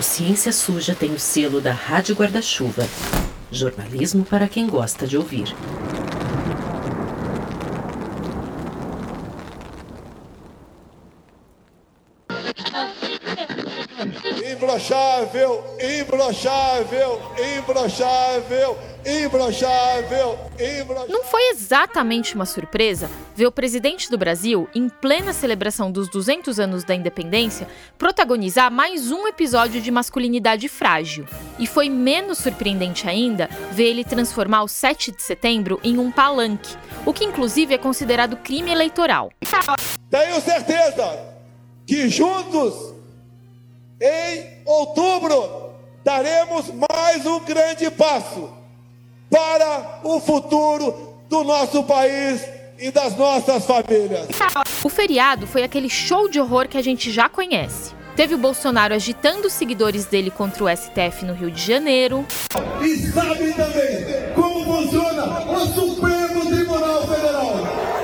O Ciência Suja tem o selo da Rádio Guarda-Chuva. Jornalismo para quem gosta de ouvir. Imbrochável, imbrochável, imbrochável, imbrochável, imbrochável. Não foi exatamente uma surpresa ver o presidente do Brasil, em plena celebração dos 200 anos da independência, protagonizar mais um episódio de masculinidade frágil. E foi menos surpreendente ainda ver ele transformar o 7 de setembro em um palanque, o que inclusive é considerado crime eleitoral. Tenho certeza que juntos, em outubro, daremos mais um grande passo para o futuro do nosso país e das nossas famílias. O feriado foi aquele show de horror que a gente já conhece. Teve o Bolsonaro agitando os seguidores dele contra o STF no Rio de Janeiro. E sabe também como funciona o Supremo Tribunal Federal.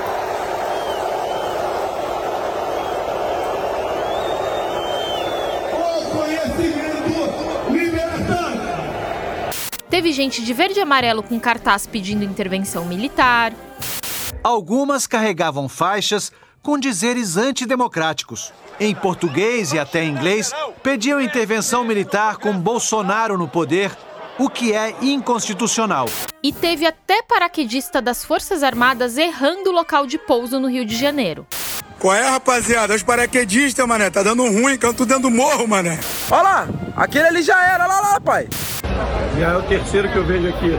Teve gente de verde e amarelo com cartaz pedindo intervenção militar. Algumas carregavam faixas com dizeres antidemocráticos. Em português e até em inglês, pediam intervenção militar com Bolsonaro no poder, o que é inconstitucional. E teve até paraquedista das Forças Armadas errando o local de pouso no Rio de Janeiro. Qual é, rapaziada? Os paraquedistas, mané. Tá dando ruim, canto dentro do morro, mané. Olha lá, aquele ali já era, lá, pai. Já é o terceiro que eu vejo aqui.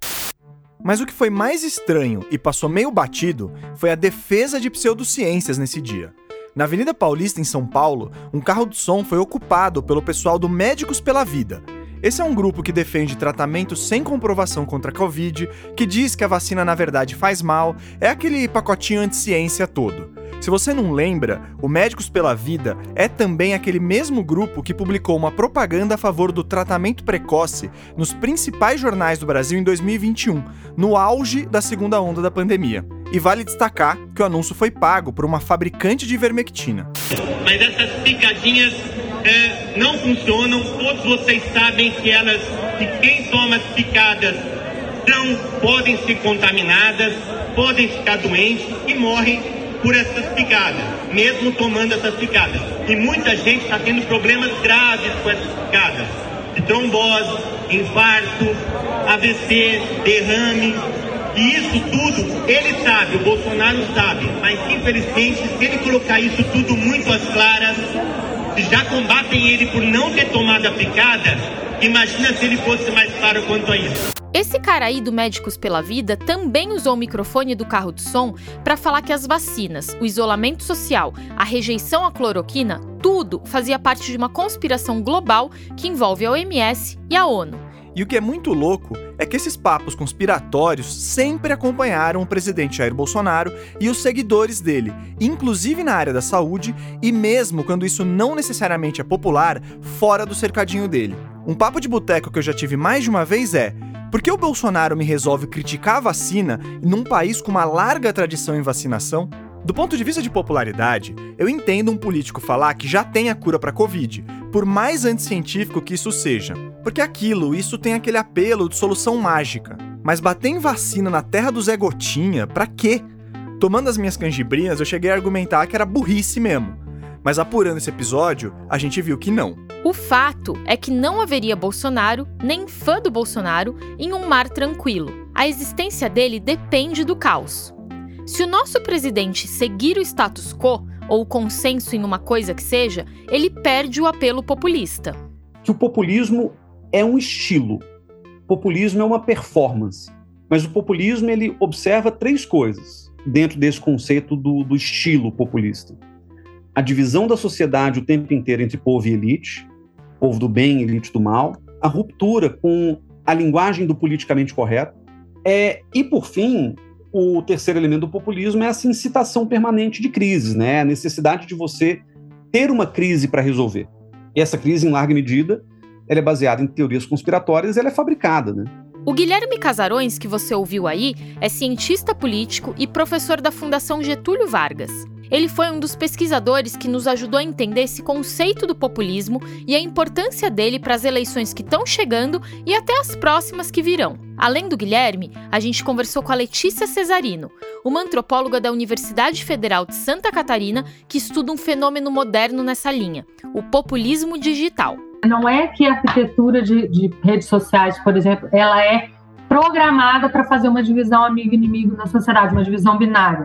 Mas o que foi mais estranho e passou meio batido foi a defesa de pseudociências nesse dia. Na Avenida Paulista, em São Paulo, um carro de som foi ocupado pelo pessoal do Médicos pela Vida. Esse é um grupo que defende tratamento sem comprovação contra a Covid, que diz que a vacina na verdade faz mal, é aquele pacotinho anti-ciência todo. Se você não lembra, o Médicos pela Vida é também aquele mesmo grupo que publicou uma propaganda a favor do tratamento precoce nos principais jornais do Brasil em 2021, no auge da segunda onda da pandemia. E vale destacar que o anúncio foi pago por uma fabricante de ivermectina. Mas essas picadinhas não funcionam, todos vocês sabem que quem toma as picadas podem ser contaminadas, podem ficar doentes e morrem por essas picadas, mesmo tomando essas picadas. E muita gente está tendo problemas graves com essas picadas, de trombose, infarto, AVC, derrame. E isso tudo, ele sabe, o Bolsonaro sabe, mas infelizmente, se ele colocar isso tudo muito às claras, já combatem ele por não ter tomado a picada, imagina se ele fosse mais claro quanto a isso. Esse cara aí do Médicos pela Vida também usou o microfone do carro de som para falar que as vacinas, o isolamento social, a rejeição à cloroquina, tudo fazia parte de uma conspiração global que envolve a OMS e a ONU. E o que é muito louco é que esses papos conspiratórios sempre acompanharam o presidente Jair Bolsonaro e os seguidores dele, inclusive na área da saúde e mesmo quando isso não necessariamente é popular, fora do cercadinho dele. Um papo de boteco que eu já tive mais de uma vez é: por que o Bolsonaro me resolve criticar a vacina num país com uma larga tradição em vacinação? Do ponto de vista de popularidade, eu entendo um político falar que já tem a cura para a Covid, por mais anticientífico que isso seja. Porque isso tem aquele apelo de solução mágica. Mas bater em vacina na terra do Zé Gotinha, pra quê? Tomando as minhas canjibrinas, eu cheguei a argumentar que era burrice mesmo. Mas apurando esse episódio, a gente viu que não. O fato é que não haveria Bolsonaro, nem fã do Bolsonaro, em um mar tranquilo. A existência dele depende do caos. Se o nosso presidente seguir o status quo, ou o consenso em uma coisa que seja, ele perde o apelo populista. Que o populismo é um estilo. O populismo é uma performance. Mas o populismo, ele observa três coisas dentro desse conceito do estilo populista. A divisão da sociedade o tempo inteiro entre povo e elite, povo do bem e elite do mal, a ruptura com a linguagem do politicamente correto, e, por fim, o terceiro elemento do populismo é essa incitação permanente de crises, né? A necessidade de você ter uma crise para resolver. E essa crise, em larga medida, ela é baseada em teorias conspiratórias e ela é fabricada, né? O Guilherme Casarões, que você ouviu aí, é cientista político e professor da Fundação Getúlio Vargas. Ele foi um dos pesquisadores que nos ajudou a entender esse conceito do populismo e a importância dele para as eleições que estão chegando e até as próximas que virão. Além do Guilherme, a gente conversou com a Letícia Cesarino, uma antropóloga da Universidade Federal de Santa Catarina que estuda um fenômeno moderno nessa linha, o populismo digital. Não é que a arquitetura de redes sociais, por exemplo, ela é programada para fazer uma divisão amigo-inimigo na sociedade, uma divisão binária.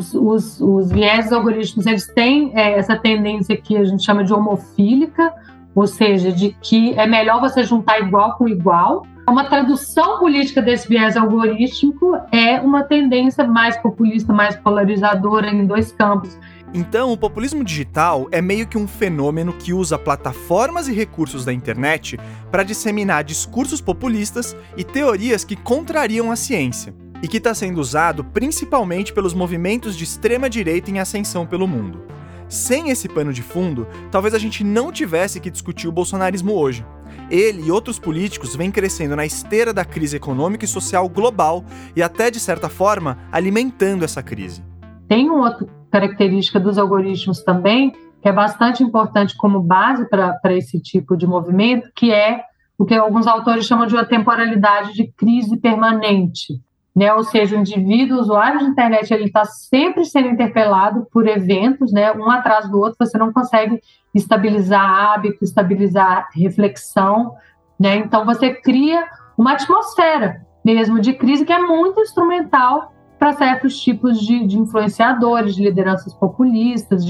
Os viéses algorítmicos, eles têm essa tendência que a gente chama de homofílica, ou seja, de que é melhor você juntar igual com igual. Uma tradução política desse viés algorítmico é uma tendência mais populista, mais polarizadora em dois campos. Então, o populismo digital é meio que um fenômeno que usa plataformas e recursos da internet para disseminar discursos populistas e teorias que contrariam a ciência, e que está sendo usado principalmente pelos movimentos de extrema-direita em ascensão pelo mundo. Sem esse pano de fundo, talvez a gente não tivesse que discutir o bolsonarismo hoje. Ele e outros políticos vêm crescendo na esteira da crise econômica e social global e até, de certa forma, alimentando essa crise. Tem uma outra característica dos algoritmos também, que é bastante importante como base para esse tipo de movimento, que é o que alguns autores chamam de uma temporalidade de crise permanente. Né? Ou seja, o indivíduo, o usuário de internet, ele está sempre sendo interpelado por eventos, né? Um atrás do outro, você não consegue estabilizar hábito, estabilizar reflexão, né? Então você cria uma atmosfera mesmo de crise que é muito instrumental para certos tipos de influenciadores, de lideranças populistas,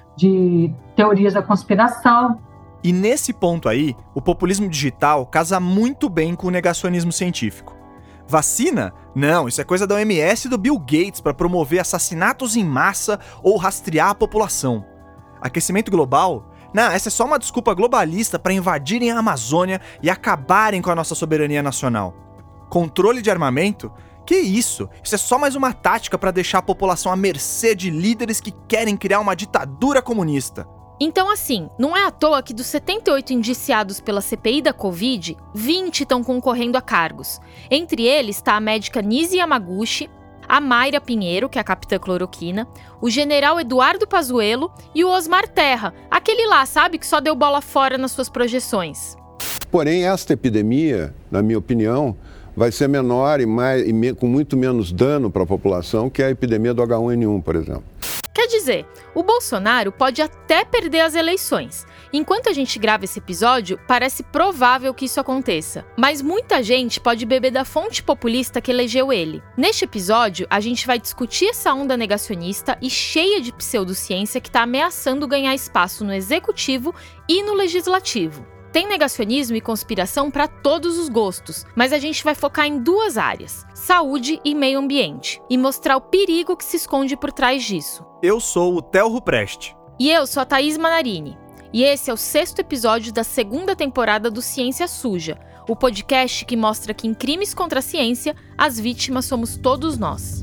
de teorias da conspiração. E nesse ponto aí, o populismo digital casa muito bem com o negacionismo científico. Vacina? Não, isso é coisa da OMS e do Bill Gates para promover assassinatos em massa ou rastrear a população. Aquecimento global? Não, essa é só uma desculpa globalista para invadirem a Amazônia e acabarem com a nossa soberania nacional. Controle de armamento? Que isso? Isso é só mais uma tática para deixar a população à mercê de líderes que querem criar uma ditadura comunista. Então, assim, não é à toa que dos 78 indiciados pela CPI da Covid, 20 estão concorrendo a cargos. Entre eles está a médica Nise Yamaguchi, a Mayra Pinheiro, que é a capitã cloroquina, o general Eduardo Pazuello e o Osmar Terra, aquele lá, sabe, que só deu bola fora nas suas projeções. Porém, esta epidemia, na minha opinião, vai ser menor e com muito menos dano para a população que a epidemia do H1N1, por exemplo. Quer dizer, o Bolsonaro pode até perder as eleições. Enquanto a gente grava esse episódio, parece provável que isso aconteça. Mas muita gente pode beber da fonte populista que elegeu ele. Neste episódio, a gente vai discutir essa onda negacionista e cheia de pseudociência que está ameaçando ganhar espaço no executivo e no legislativo. Tem negacionismo e conspiração para todos os gostos, mas a gente vai focar em duas áreas, saúde e meio ambiente, e mostrar o perigo que se esconde por trás disso. Eu sou o Theo Ruprecht. E eu sou a Thaís Manarini. E esse é o 6º episódio da 2ª temporada do Ciência Suja, o podcast que mostra que em crimes contra a ciência, as vítimas somos todos nós.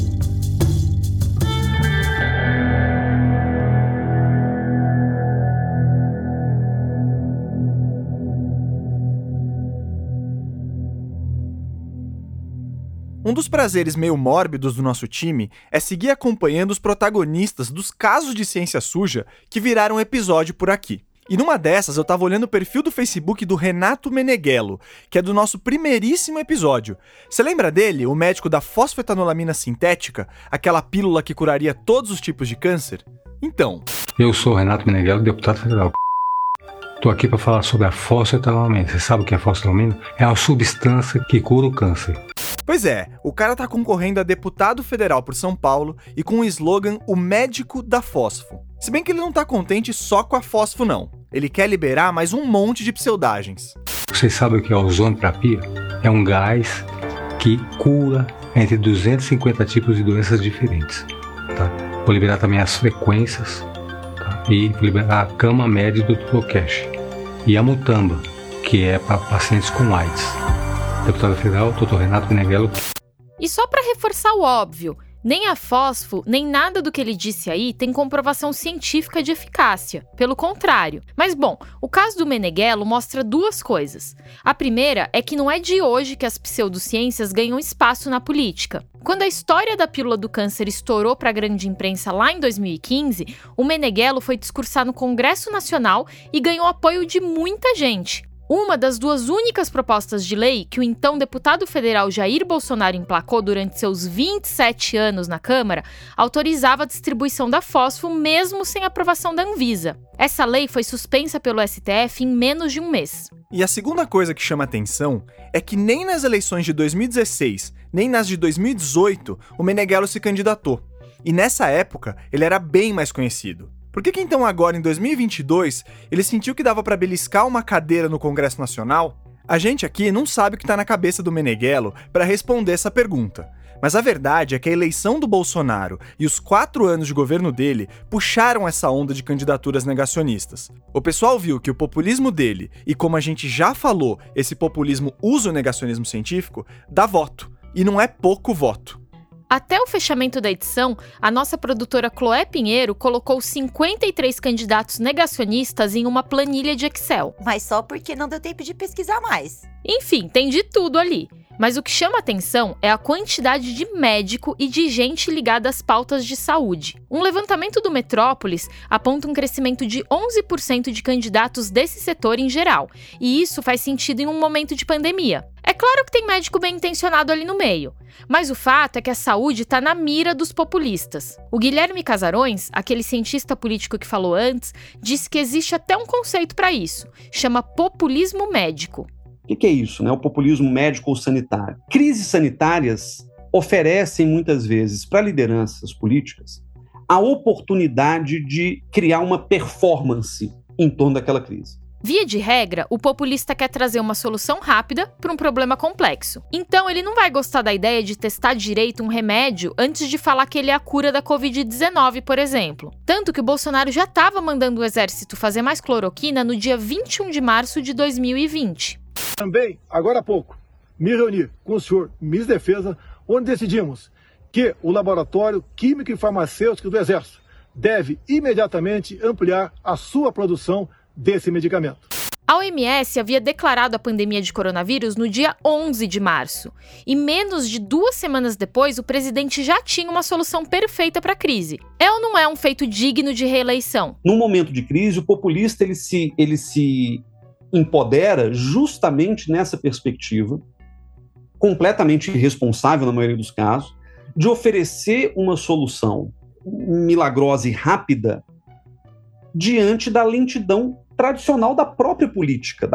Um dos prazeres meio mórbidos do nosso time é seguir acompanhando os protagonistas dos casos de ciência suja que viraram episódio por aqui. E numa dessas eu tava olhando o perfil do Facebook do Renato Meneghello, que é do nosso primeiríssimo episódio. Você lembra dele, o médico da fosfetanolamina sintética, aquela pílula que curaria todos os tipos de câncer? Então... Eu sou o Renato Meneghello, deputado federal. Tô aqui para falar sobre a fosfetanolamina. Você sabe o que é fosfetanolamina? É a substância que cura o câncer. Pois é, o cara tá concorrendo a deputado federal por São Paulo e com o slogan O Médico da Fosfo. Se bem que ele não tá contente só com a fosfo não. Ele quer liberar mais um monte de pseudagens. Vocês sabem o que é ozonioterapia? É um gás que cura entre 250 tipos de doenças diferentes. Tá? Vou liberar também as frequências, tá? E vou liberar a cama média do Tulocash. E a Mutamba, que é para pacientes com AIDS. Deputado federal, Dr. Renato Meneghello. E só para reforçar o óbvio, Nem a fósforo, nem nada do que ele disse aí tem comprovação científica de eficácia. Pelo contrário. Mas bom, o caso do Meneghello mostra duas coisas. A primeira é que não é de hoje que as pseudociências ganham espaço na política. Quando a história da pílula do câncer estourou para a grande imprensa lá em 2015, o Meneghello foi discursar no Congresso Nacional e ganhou apoio de muita gente. Uma das duas únicas propostas de lei que o então deputado federal Jair Bolsonaro emplacou durante seus 27 anos na Câmara autorizava a distribuição da fósforo mesmo sem aprovação da Anvisa. Essa lei foi suspensa pelo STF em menos de um mês. E a segunda coisa que chama atenção é que nem nas eleições de 2016, nem nas de 2018, o Meneghello se candidatou. E nessa época, ele era bem mais conhecido. Por que então agora, em 2022, ele sentiu que dava para beliscar uma cadeira no Congresso Nacional? A gente aqui não sabe o que está na cabeça do Meneghello para responder essa pergunta. Mas a verdade é que a eleição do Bolsonaro e os 4 anos de governo dele puxaram essa onda de candidaturas negacionistas. O pessoal viu que o populismo dele, e como a gente já falou, esse populismo usa o negacionismo científico, dá voto. E não é pouco voto. Até o fechamento da edição, a nossa produtora Chloé Pinheiro colocou 53 candidatos negacionistas em uma planilha de Excel. Mas só porque não deu tempo de pesquisar mais. Enfim, tem de tudo ali. Mas o que chama atenção é a quantidade de médico e de gente ligada às pautas de saúde. Um levantamento do Metrópolis aponta um crescimento de 11% de candidatos desse setor em geral. E isso faz sentido em um momento de pandemia. É claro que tem médico bem intencionado ali no meio, mas o fato é que a saúde está na mira dos populistas. O Guilherme Casarões, aquele cientista político que falou antes, disse que existe até um conceito para isso, chama populismo médico. O que é isso, né? O populismo médico ou sanitário? Crises sanitárias oferecem muitas vezes para lideranças políticas a oportunidade de criar uma performance em torno daquela crise. Via de regra, o populista quer trazer uma solução rápida para um problema complexo. Então, ele não vai gostar da ideia de testar direito um remédio antes de falar que ele é a cura da Covid-19, por exemplo. Tanto que o Bolsonaro já estava mandando o exército fazer mais cloroquina no dia 21 de março de 2020. Também, agora há pouco, me reuni com o senhor ministro da Defesa, onde decidimos que o Laboratório Químico e Farmacêutico do Exército deve imediatamente ampliar a sua produção desse medicamento. A OMS havia declarado a pandemia de coronavírus no dia 11 de março. E menos de 2 semanas depois, o presidente já tinha uma solução perfeita para a crise. É ou não é um feito digno de reeleição? Num momento de crise, o populista ele se empodera justamente nessa perspectiva, completamente irresponsável na maioria dos casos, de oferecer uma solução milagrosa e rápida diante da lentidão tradicional da própria política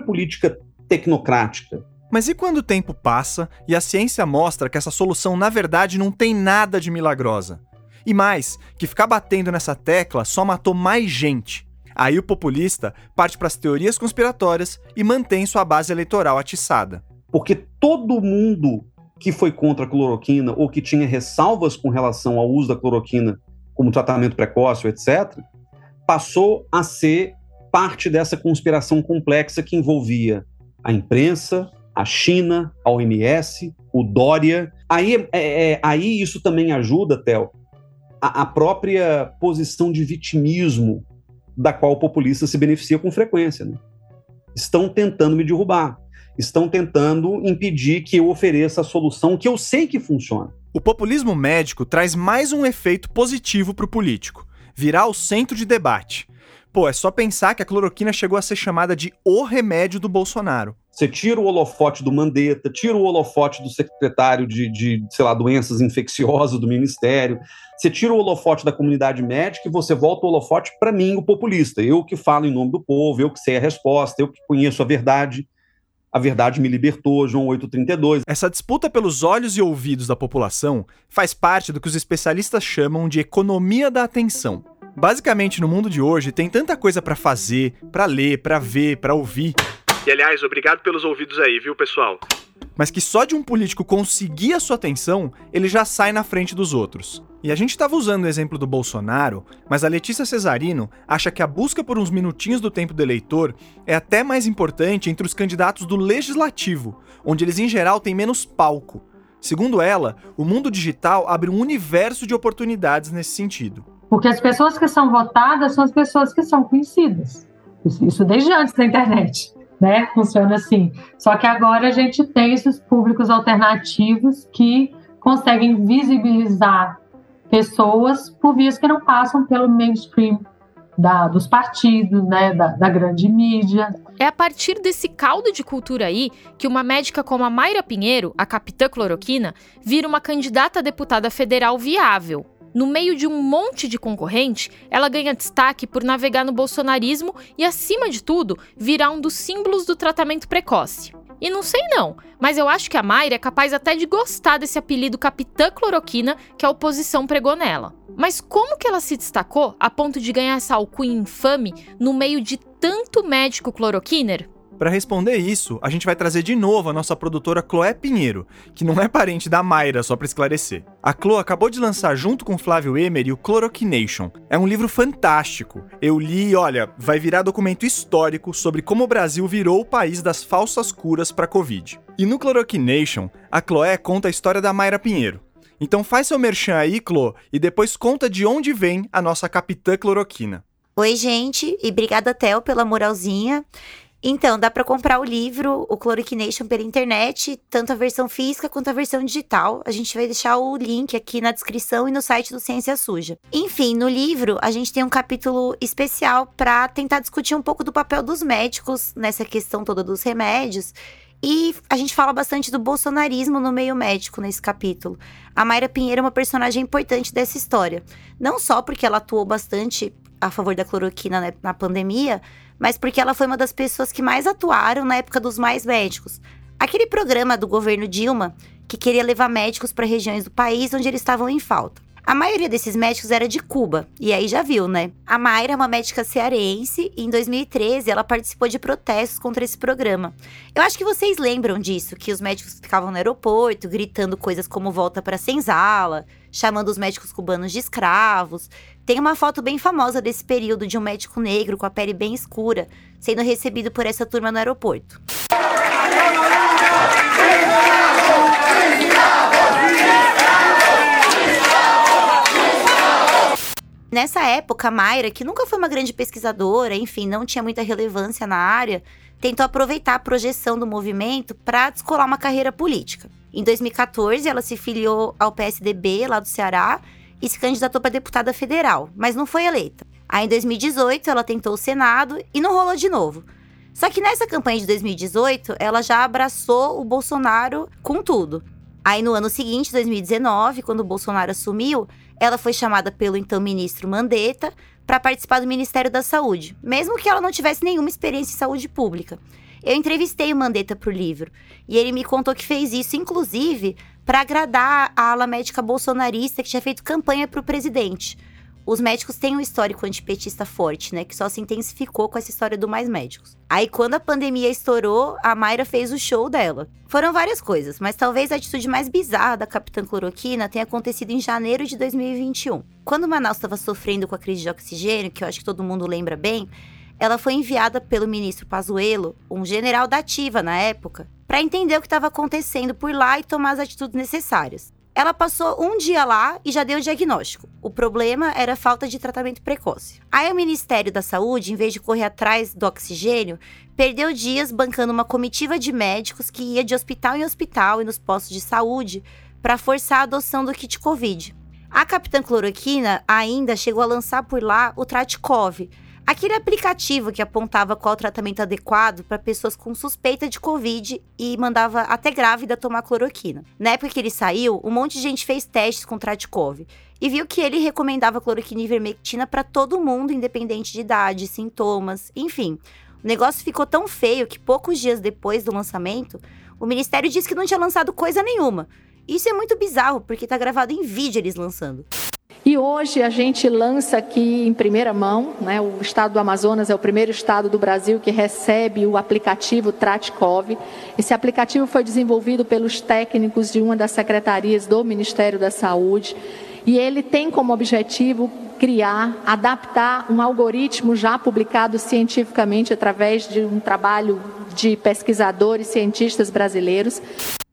tecnocrática. Mas e quando o tempo passa e a ciência mostra que essa solução na verdade não tem nada de milagrosa? E mais, que ficar batendo nessa tecla só matou mais gente. Aí o populista parte para as teorias conspiratórias e mantém sua base eleitoral atiçada. Porque todo mundo que foi contra a cloroquina ou que tinha ressalvas com relação ao uso da cloroquina como tratamento precoce, etc., passou a ser parte dessa conspiração complexa que envolvia a imprensa, a China, a OMS, o Dória. Aí isso também ajuda, Theo, a própria posição de vitimismo da qual o populista se beneficia com frequência, né? Estão tentando me derrubar, estão tentando impedir que eu ofereça a solução que eu sei que funciona. O populismo médico traz mais um efeito positivo para o político: virar o centro de debate. Pô, é só pensar que a cloroquina chegou a ser chamada de o remédio do Bolsonaro. Você tira o holofote do Mandetta, tira o holofote do secretário de doenças infecciosas do ministério, você tira o holofote da comunidade médica e você volta o holofote para mim, o populista. Eu que falo em nome do povo, eu que sei a resposta, eu que conheço a verdade. A verdade me libertou, João 8,32. Essa disputa pelos olhos e ouvidos da população faz parte do que os especialistas chamam de economia da atenção. Basicamente, no mundo de hoje, tem tanta coisa pra fazer, pra ler, pra ver, pra ouvir. E, aliás, obrigado pelos ouvidos aí, viu, pessoal? Mas que só de um político conseguir a sua atenção, ele já sai na frente dos outros. E a gente estava usando o exemplo do Bolsonaro, mas a Letícia Cesarino acha que a busca por uns minutinhos do tempo do eleitor é até mais importante entre os candidatos do Legislativo, onde eles, em geral, têm menos palco. Segundo ela, o mundo digital abre um universo de oportunidades nesse sentido. Porque as pessoas que são votadas são as pessoas que são conhecidas. Isso desde antes da internet, né? Funciona assim. Só que agora a gente tem esses públicos alternativos que conseguem visibilizar pessoas por vias que não passam pelo mainstream dos partidos, né, da grande mídia. É a partir desse caldo de cultura aí que uma médica como a Mayra Pinheiro, a capitã cloroquina, vira uma candidata a deputada federal viável. No meio de um monte de concorrente, ela ganha destaque por navegar no bolsonarismo e, acima de tudo, virar um dos símbolos do tratamento precoce. E não sei não, mas eu acho que a Mayra é capaz até de gostar desse apelido Capitã Cloroquina que a oposição pregou nela. Mas como que ela se destacou a ponto de ganhar essa alcunha infame no meio de tanto médico cloroquiner? Para responder isso, a gente vai trazer de novo a nossa produtora Chloé Pinheiro, que não é parente da Mayra, só para esclarecer. A Chloé acabou de lançar junto com Flávio Emery o Chloroquination. É um livro fantástico. Eu li e, olha, vai virar documento histórico sobre como o Brasil virou o país das falsas curas para a Covid. E no Chloroquination, a Chloé conta a história da Mayra Pinheiro. Então faz seu merchan aí, Chloé, e depois conta de onde vem a nossa capitã cloroquina. Oi, gente, e obrigada, Theo, pela moralzinha. Então, dá para comprar o livro, o Chloroquination, pela internet, tanto a versão física quanto a versão digital. A gente vai deixar o link aqui na descrição e no site do Ciência Suja. Enfim, no livro, a gente tem um capítulo especial para tentar discutir um pouco do papel dos médicos nessa questão toda dos remédios. E a gente fala bastante do bolsonarismo no meio médico nesse capítulo. A Mayra Pinheiro é uma personagem importante dessa história. Não só porque ela atuou bastante a favor da cloroquina, né, na pandemia, mas porque ela foi uma das pessoas que mais atuaram na época dos Mais Médicos. Aquele programa do governo Dilma que queria levar médicos para regiões do país onde eles estavam em falta. A maioria desses médicos era de Cuba, e aí já viu, né? A Mayra é uma médica cearense e em 2013 ela participou de protestos contra esse programa. Eu acho que vocês lembram disso, que os médicos ficavam no aeroporto gritando coisas como volta pra senzala, chamando os médicos cubanos de escravos. Tem uma foto bem famosa desse período de um médico negro com a pele bem escura, sendo recebido por essa turma no aeroporto. Nessa época, a Mayra, que nunca foi uma grande pesquisadora, enfim, não tinha muita relevância na área, tentou aproveitar a projeção do movimento para descolar uma carreira política. Em 2014, ela se filiou ao PSDB, lá do Ceará, e se candidatou para deputada federal, mas não foi eleita. Aí, em 2018, ela tentou o Senado e não rolou de novo. Só que nessa campanha de 2018, ela já abraçou o Bolsonaro com tudo. Aí, no ano seguinte, 2019, quando o Bolsonaro assumiu, ela foi chamada pelo então ministro Mandetta para participar do Ministério da Saúde, mesmo que ela não tivesse nenhuma experiência em saúde pública. Eu entrevistei o Mandetta para o livro, e ele me contou que fez isso, inclusive, para agradar a ala médica bolsonarista que tinha feito campanha para o presidente. Os médicos têm um histórico antipetista forte, né, que só se intensificou com essa história do Mais Médicos. Aí, quando a pandemia estourou, a Mayra fez o show dela. Foram várias coisas, mas talvez a atitude mais bizarra da Capitã Cloroquina tenha acontecido em janeiro de 2021. Quando Manaus estava sofrendo com a crise de oxigênio, que eu acho que todo mundo lembra bem, ela foi enviada pelo ministro Pazuello, um general da ativa na época, para entender o que estava acontecendo por lá e tomar as atitudes necessárias. Ela passou um dia lá e já deu o diagnóstico. O problema era a falta de tratamento precoce. Aí o Ministério da Saúde, em vez de correr atrás do oxigênio, perdeu dias bancando uma comitiva de médicos que ia de hospital em hospital e nos postos de saúde para forçar a adoção do kit Covid. A Capitã Cloroquina ainda chegou a lançar por lá o Tratikov, aquele aplicativo que apontava qual o tratamento adequado para pessoas com suspeita de Covid e mandava até grávida tomar cloroquina. Na época que ele saiu, um monte de gente fez testes com o Tratikov e viu que ele recomendava cloroquina e ivermectina para todo mundo, independente de idade, sintomas, enfim. O negócio ficou tão feio que poucos dias depois do lançamento, o Ministério disse que não tinha lançado coisa nenhuma. Isso é muito bizarro, porque tá gravado em vídeo eles lançando. E hoje a gente lança aqui em primeira mão, né, o estado do Amazonas é o primeiro estado do Brasil que recebe o aplicativo Tratikov. Esse aplicativo foi desenvolvido pelos técnicos de uma das secretarias do Ministério da Saúde e ele tem como objetivo criar, adaptar um algoritmo já publicado cientificamente através de um trabalho de pesquisadores, cientistas brasileiros.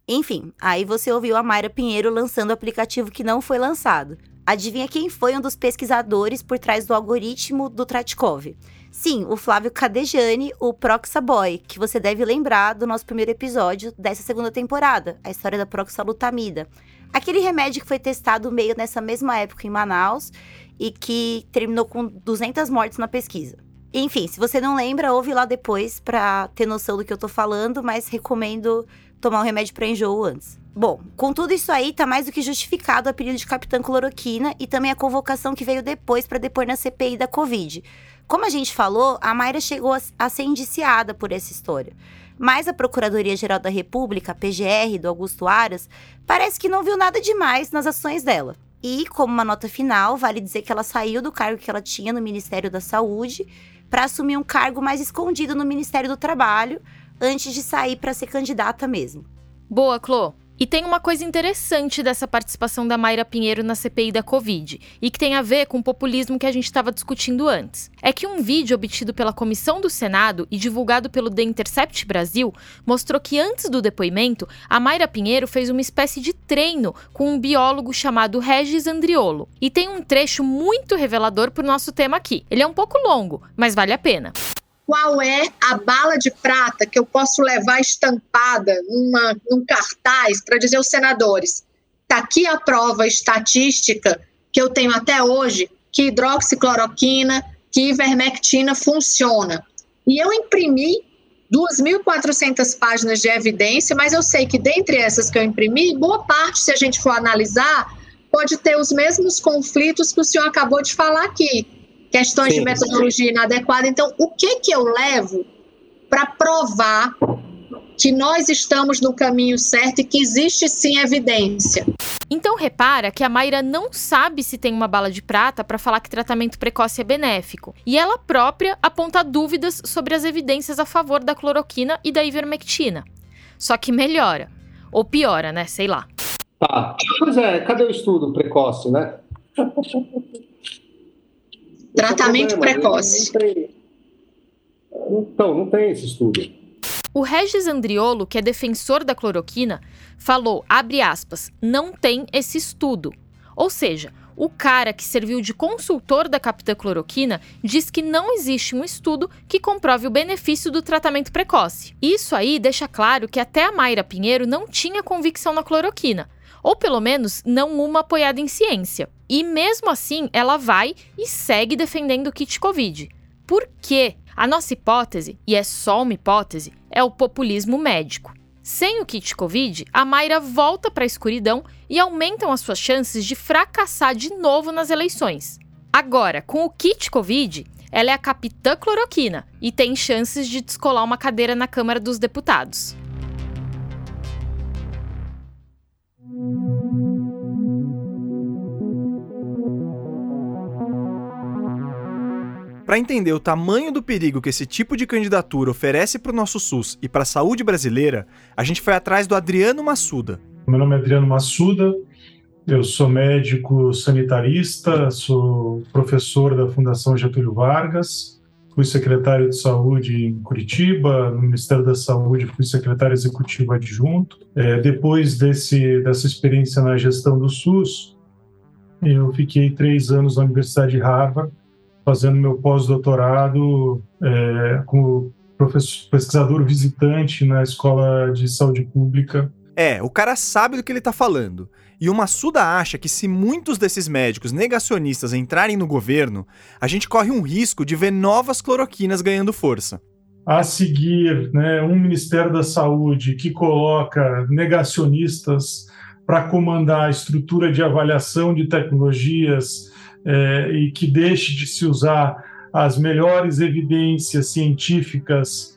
Enfim, aí você ouviu a Mayra Pinheiro lançando o aplicativo que não foi lançado. Adivinha quem foi um dos pesquisadores por trás do algoritmo do Tratikov? Sim, o Flávio Cadejani, o Proxaboy, que você deve lembrar do nosso primeiro episódio dessa segunda temporada, a história da proxalutamida. Aquele remédio que foi testado meio nessa mesma época em Manaus e que terminou com 200 mortes na pesquisa. Enfim, se você não lembra, ouve lá depois pra ter noção do que eu tô falando, mas recomendo tomar um remédio pra enjoo antes. Bom, com tudo isso aí, tá mais do que justificado o apelido de Capitã Cloroquina e também a convocação que veio depois pra depor na CPI da Covid. Como a gente falou, a Mayra chegou a ser indiciada por essa história. Mas a Procuradoria-Geral da República, a PGR, do Augusto Aras, parece que não viu nada demais nas ações dela. E, como uma nota final, vale dizer que ela saiu do cargo que ela tinha no Ministério da Saúde para assumir um cargo mais escondido no Ministério do Trabalho, antes de sair para ser candidata mesmo. Boa, Clô. E tem uma coisa interessante dessa participação da Mayra Pinheiro na CPI da Covid, e que tem a ver com o populismo que a gente estava discutindo antes. É que um vídeo obtido pela Comissão do Senado e divulgado pelo The Intercept Brasil mostrou que antes do depoimento, a Mayra Pinheiro fez uma espécie de treino com um biólogo chamado Regis Andriolo. E tem um trecho muito revelador pro nosso tema aqui. Ele é um pouco longo, mas vale a pena. Qual é a bala de prata que eu posso levar estampada num cartaz para dizer aos senadores: está aqui a prova estatística que eu tenho até hoje que hidroxicloroquina, que ivermectina funciona. E eu imprimi 2.400 páginas de evidência, mas eu sei que dentre essas que eu imprimi, boa parte, se a gente for analisar, pode ter os mesmos conflitos que o senhor acabou de falar aqui. Questões de metodologia inadequada. Então, o que eu levo para provar que nós estamos no caminho certo e que existe sim evidência? Então, repara que a Mayra não sabe se tem uma bala de prata para falar que tratamento precoce é benéfico. E ela própria aponta dúvidas sobre as evidências a favor da cloroquina e da ivermectina. Só que melhora. Ou piora, né? Sei lá. Tá. Pois é, cadê o estudo precoce, né? Tratamento precoce. Não tem esse estudo. O Regis Andriolo, que é defensor da cloroquina, falou, abre aspas, não tem esse estudo. Ou seja, o cara que serviu de consultor da Capitã Cloroquina diz que não existe um estudo que comprove o benefício do tratamento precoce. Isso aí deixa claro que até a Mayra Pinheiro não tinha convicção na cloroquina. Ou pelo menos não uma apoiada em ciência. E mesmo assim, ela vai e segue defendendo o kit Covid. Por quê? A nossa hipótese, e é só uma hipótese, é o populismo médico. Sem o kit Covid, a Mayra volta para a escuridão e aumentam as suas chances de fracassar de novo nas eleições. Agora, com o kit Covid, ela é a Capitã Cloroquina e tem chances de descolar uma cadeira na Câmara dos Deputados. Para entender o tamanho do perigo que esse tipo de candidatura oferece para o nosso SUS e para a saúde brasileira, a gente foi atrás do Adriano Massuda. Meu nome é Adriano Massuda, eu sou médico sanitarista, sou professor da Fundação Getúlio Vargas, fui secretário de saúde em Curitiba, no Ministério da Saúde fui secretário executivo adjunto. Depois dessa experiência na gestão do SUS, eu fiquei 3 anos na Universidade de Harvard, fazendo meu pós-doutorado como pesquisador visitante na Escola de Saúde Pública. O cara sabe do que ele tá falando. E o Massuda acha que se muitos desses médicos negacionistas entrarem no governo, a gente corre um risco de ver novas cloroquinas ganhando força. A seguir, um Ministério da Saúde que coloca negacionistas para comandar a estrutura de avaliação de tecnologias e que deixe de se usar as melhores evidências científicas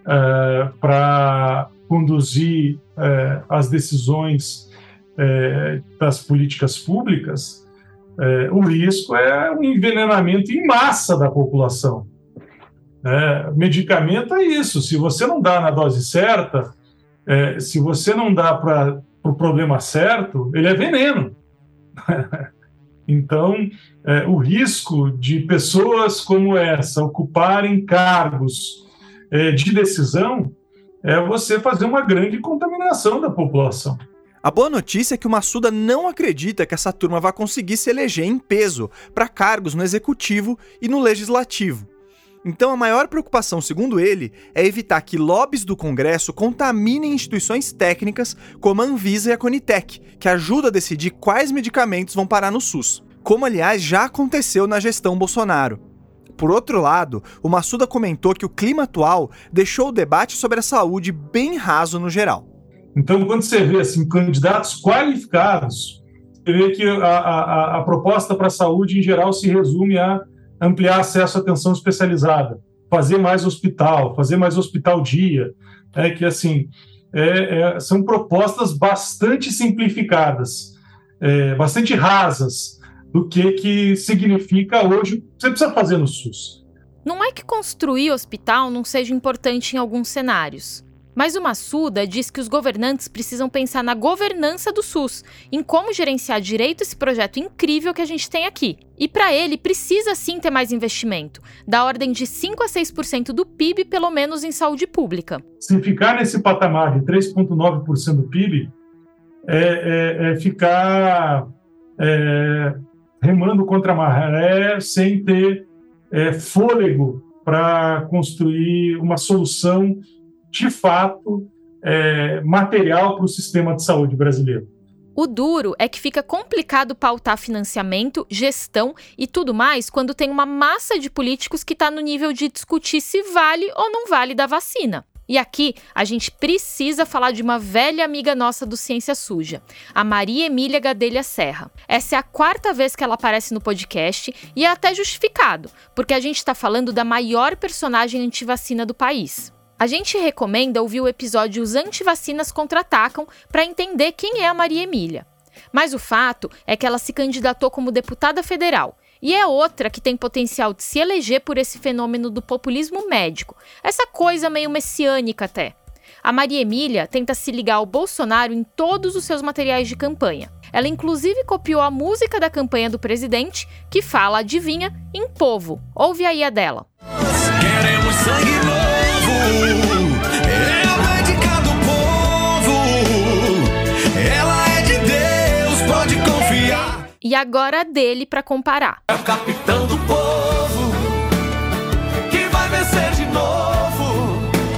para conduzir as decisões das políticas públicas, o risco é um envenenamento em massa da população. Medicamento é isso, se você não dá na dose certa, se você não dá para o problema certo, ele é veneno. Então, o risco de pessoas como essa ocuparem cargos de decisão é você fazer uma grande contaminação da população. A boa notícia é que o Massuda não acredita que essa turma vai conseguir se eleger em peso para cargos no executivo e no legislativo. Então a maior preocupação, segundo ele, é evitar que lobbies do Congresso contaminem instituições técnicas como a Anvisa e a Conitec, que ajudam a decidir quais medicamentos vão parar no SUS, como aliás já aconteceu na gestão Bolsonaro. Por outro lado, o Massuda comentou que o clima atual deixou o debate sobre a saúde bem raso no geral. Então, quando você vê assim, candidatos qualificados, você vê que a proposta para a saúde, em geral, se resume a ampliar acesso à atenção especializada, fazer mais hospital dia, que assim, são propostas bastante simplificadas, bastante rasas do que significa hoje o que você precisa fazer no SUS. Não é que construir hospital não seja importante em alguns cenários. Mas o Massuda diz que os governantes precisam pensar na governança do SUS, em como gerenciar direito esse projeto incrível que a gente tem aqui. E para ele, precisa sim ter mais investimento, da ordem de 5% a 6% do PIB, pelo menos em saúde pública. Se ficar nesse patamar de 3,9% do PIB, ficar remando contra a maré sem ter fôlego para construir uma solução de fato, material para o sistema de saúde brasileiro. O duro é que fica complicado pautar financiamento, gestão e tudo mais quando tem uma massa de políticos que está no nível de discutir se vale ou não vale da vacina. E aqui a gente precisa falar de uma velha amiga nossa do Ciência Suja, a Maria Emília Gadelha Serra. Essa é a 4ª vez que ela aparece no podcast e é até justificado, porque a gente está falando da maior personagem antivacina do país. A gente recomenda ouvir o episódio Os Antivacinas Contra-Atacam para entender quem é a Maria Emília. Mas o fato é que ela se candidatou como deputada federal e é outra que tem potencial de se eleger por esse fenômeno do populismo médico, essa coisa meio messiânica até. A Maria Emília tenta se ligar ao Bolsonaro em todos os seus materiais de campanha. Ela inclusive copiou a música da campanha do presidente, que fala, adivinha, em povo. Ouve aí a dela. Queremos sangue novo. Ela é de cada povo, ela é de Deus, pode confiar. E agora a dele para comparar. É o capitão do povo que vai vencer de novo.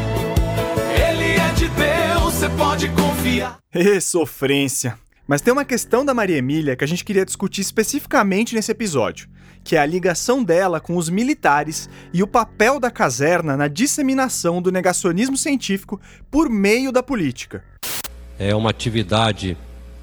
Ele é de Deus, você pode confiar. Sofrência. Mas tem uma questão da Maria Emília que a gente queria discutir especificamente nesse episódio, que é a ligação dela com os militares e o papel da caserna na disseminação do negacionismo científico por meio da política. É uma atividade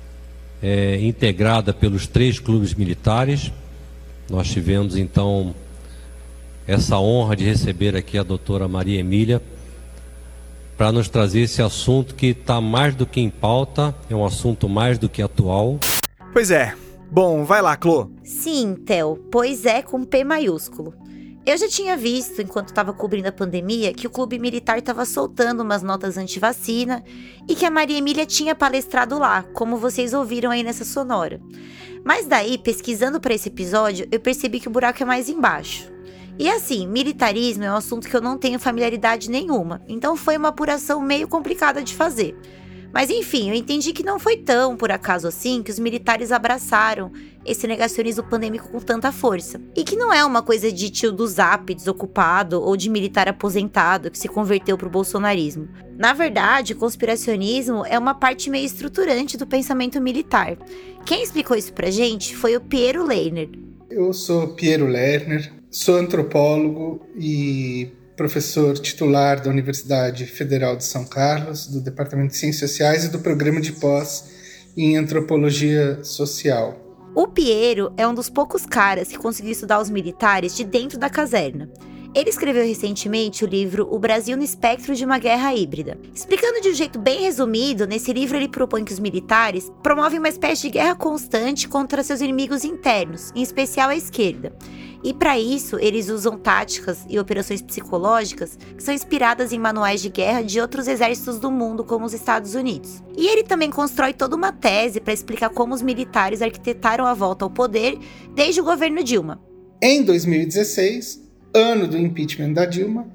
integrada pelos 3 clubes militares. Nós tivemos, então, essa honra de receber aqui a doutora Maria Emília para nos trazer esse assunto que está mais do que em pauta, é um assunto mais do que atual. Pois é. Bom, vai lá, Clô. Sim, Theo, pois é com P maiúsculo. Eu já tinha visto, enquanto estava cobrindo a pandemia, que o clube militar estava soltando umas notas anti-vacina e que a Maria Emília tinha palestrado lá, como vocês ouviram aí nessa sonora. Mas daí, pesquisando para esse episódio, eu percebi que o buraco é mais embaixo. E assim, militarismo é um assunto que eu não tenho familiaridade nenhuma, então foi uma apuração meio complicada de fazer. Mas enfim, eu entendi que não foi tão por acaso assim que os militares abraçaram esse negacionismo pandêmico com tanta força. E que não é uma coisa de tio do Zap desocupado ou de militar aposentado que se converteu pro bolsonarismo. Na verdade, o conspiracionismo é uma parte meio estruturante do pensamento militar. Quem explicou isso pra gente foi o Piero Lerner. Eu sou Piero Lerner, sou antropólogo e professor titular da Universidade Federal de São Carlos, do Departamento de Ciências Sociais e do Programa de Pós em Antropologia Social. O Piero é um dos poucos caras que conseguiu estudar os militares de dentro da caserna. Ele escreveu recentemente o livro O Brasil no Espectro de uma Guerra Híbrida. Explicando de um jeito bem resumido, nesse livro ele propõe que os militares promovem uma espécie de guerra constante contra seus inimigos internos, em especial a esquerda. E para isso, eles usam táticas e operações psicológicas que são inspiradas em manuais de guerra de outros exércitos do mundo, como os Estados Unidos. E ele também constrói toda uma tese para explicar como os militares arquitetaram a volta ao poder desde o governo Dilma. Em 2016, ano do impeachment da Dilma,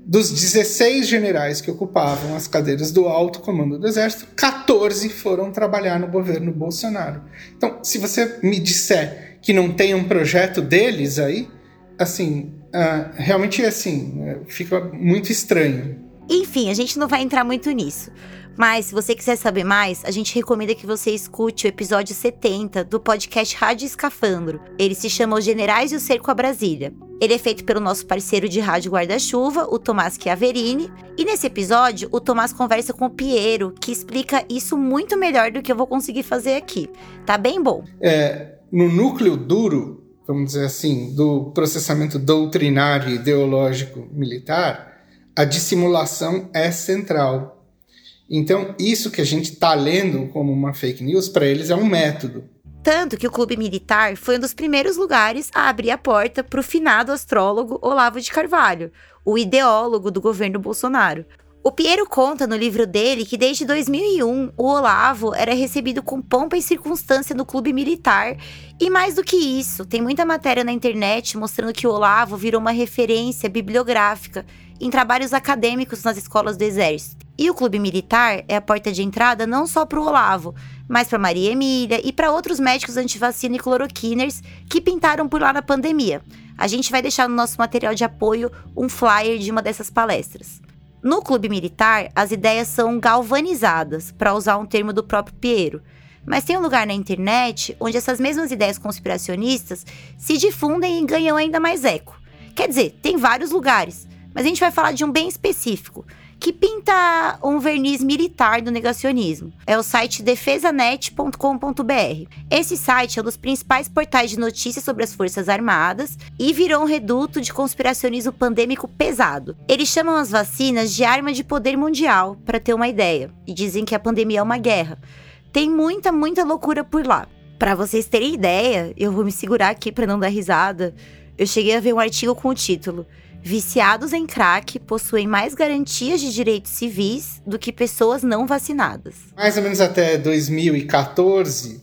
dos 16 generais que ocupavam as cadeiras do alto comando do Exército, 14 foram trabalhar no governo Bolsonaro. Então, se você me disser que não tem um projeto deles aí, assim, realmente assim, fica muito estranho. Enfim, a gente não vai entrar muito nisso. Mas, se você quiser saber mais, a gente recomenda que você escute o episódio 70 do podcast Rádio Escafandro. Ele se chama Os Generais e o Cerco a Brasília. Ele é feito pelo nosso parceiro de rádio guarda-chuva, o Tomás Chiaverini. E nesse episódio, o Tomás conversa com o Piero, que explica isso muito melhor do que eu vou conseguir fazer aqui. Tá bem bom. No núcleo duro, vamos dizer assim, do processamento doutrinário e ideológico militar, a dissimulação é central. Então, isso que a gente está lendo como uma fake news, para eles é um método. Tanto que o Clube Militar foi um dos primeiros lugares a abrir a porta para o finado astrólogo Olavo de Carvalho, o ideólogo do governo Bolsonaro. O Piero conta no livro dele que desde 2001 o Olavo era recebido com pompa e circunstância no Clube Militar. E mais do que isso, tem muita matéria na internet mostrando que o Olavo virou uma referência bibliográfica em trabalhos acadêmicos nas escolas do Exército. E o Clube Militar é a porta de entrada não só para o Olavo, mas para Maria Emília e para outros médicos antivacina e cloroquiners que pintaram por lá na pandemia. A gente vai deixar no nosso material de apoio um flyer de uma dessas palestras. No Clube Militar, as ideias são galvanizadas, para usar um termo do próprio Piero. Mas tem um lugar na internet onde essas mesmas ideias conspiracionistas se difundem e ganham ainda mais eco. Quer dizer, tem vários lugares, mas a gente vai falar de um bem específico, que pinta um verniz militar do negacionismo. É o site defesanet.com.br. Esse site é um dos principais portais de notícias sobre as Forças Armadas e virou um reduto de conspiracionismo pandêmico pesado. Eles chamam as vacinas de arma de poder mundial, para ter uma ideia, e dizem que a pandemia é uma guerra. Tem muita loucura por lá. Para vocês terem ideia, eu vou me segurar aqui para não dar risada, eu cheguei a ver um artigo com o título: Viciados em crack possuem mais garantias de direitos civis do que pessoas não vacinadas. Mais ou menos até 2014,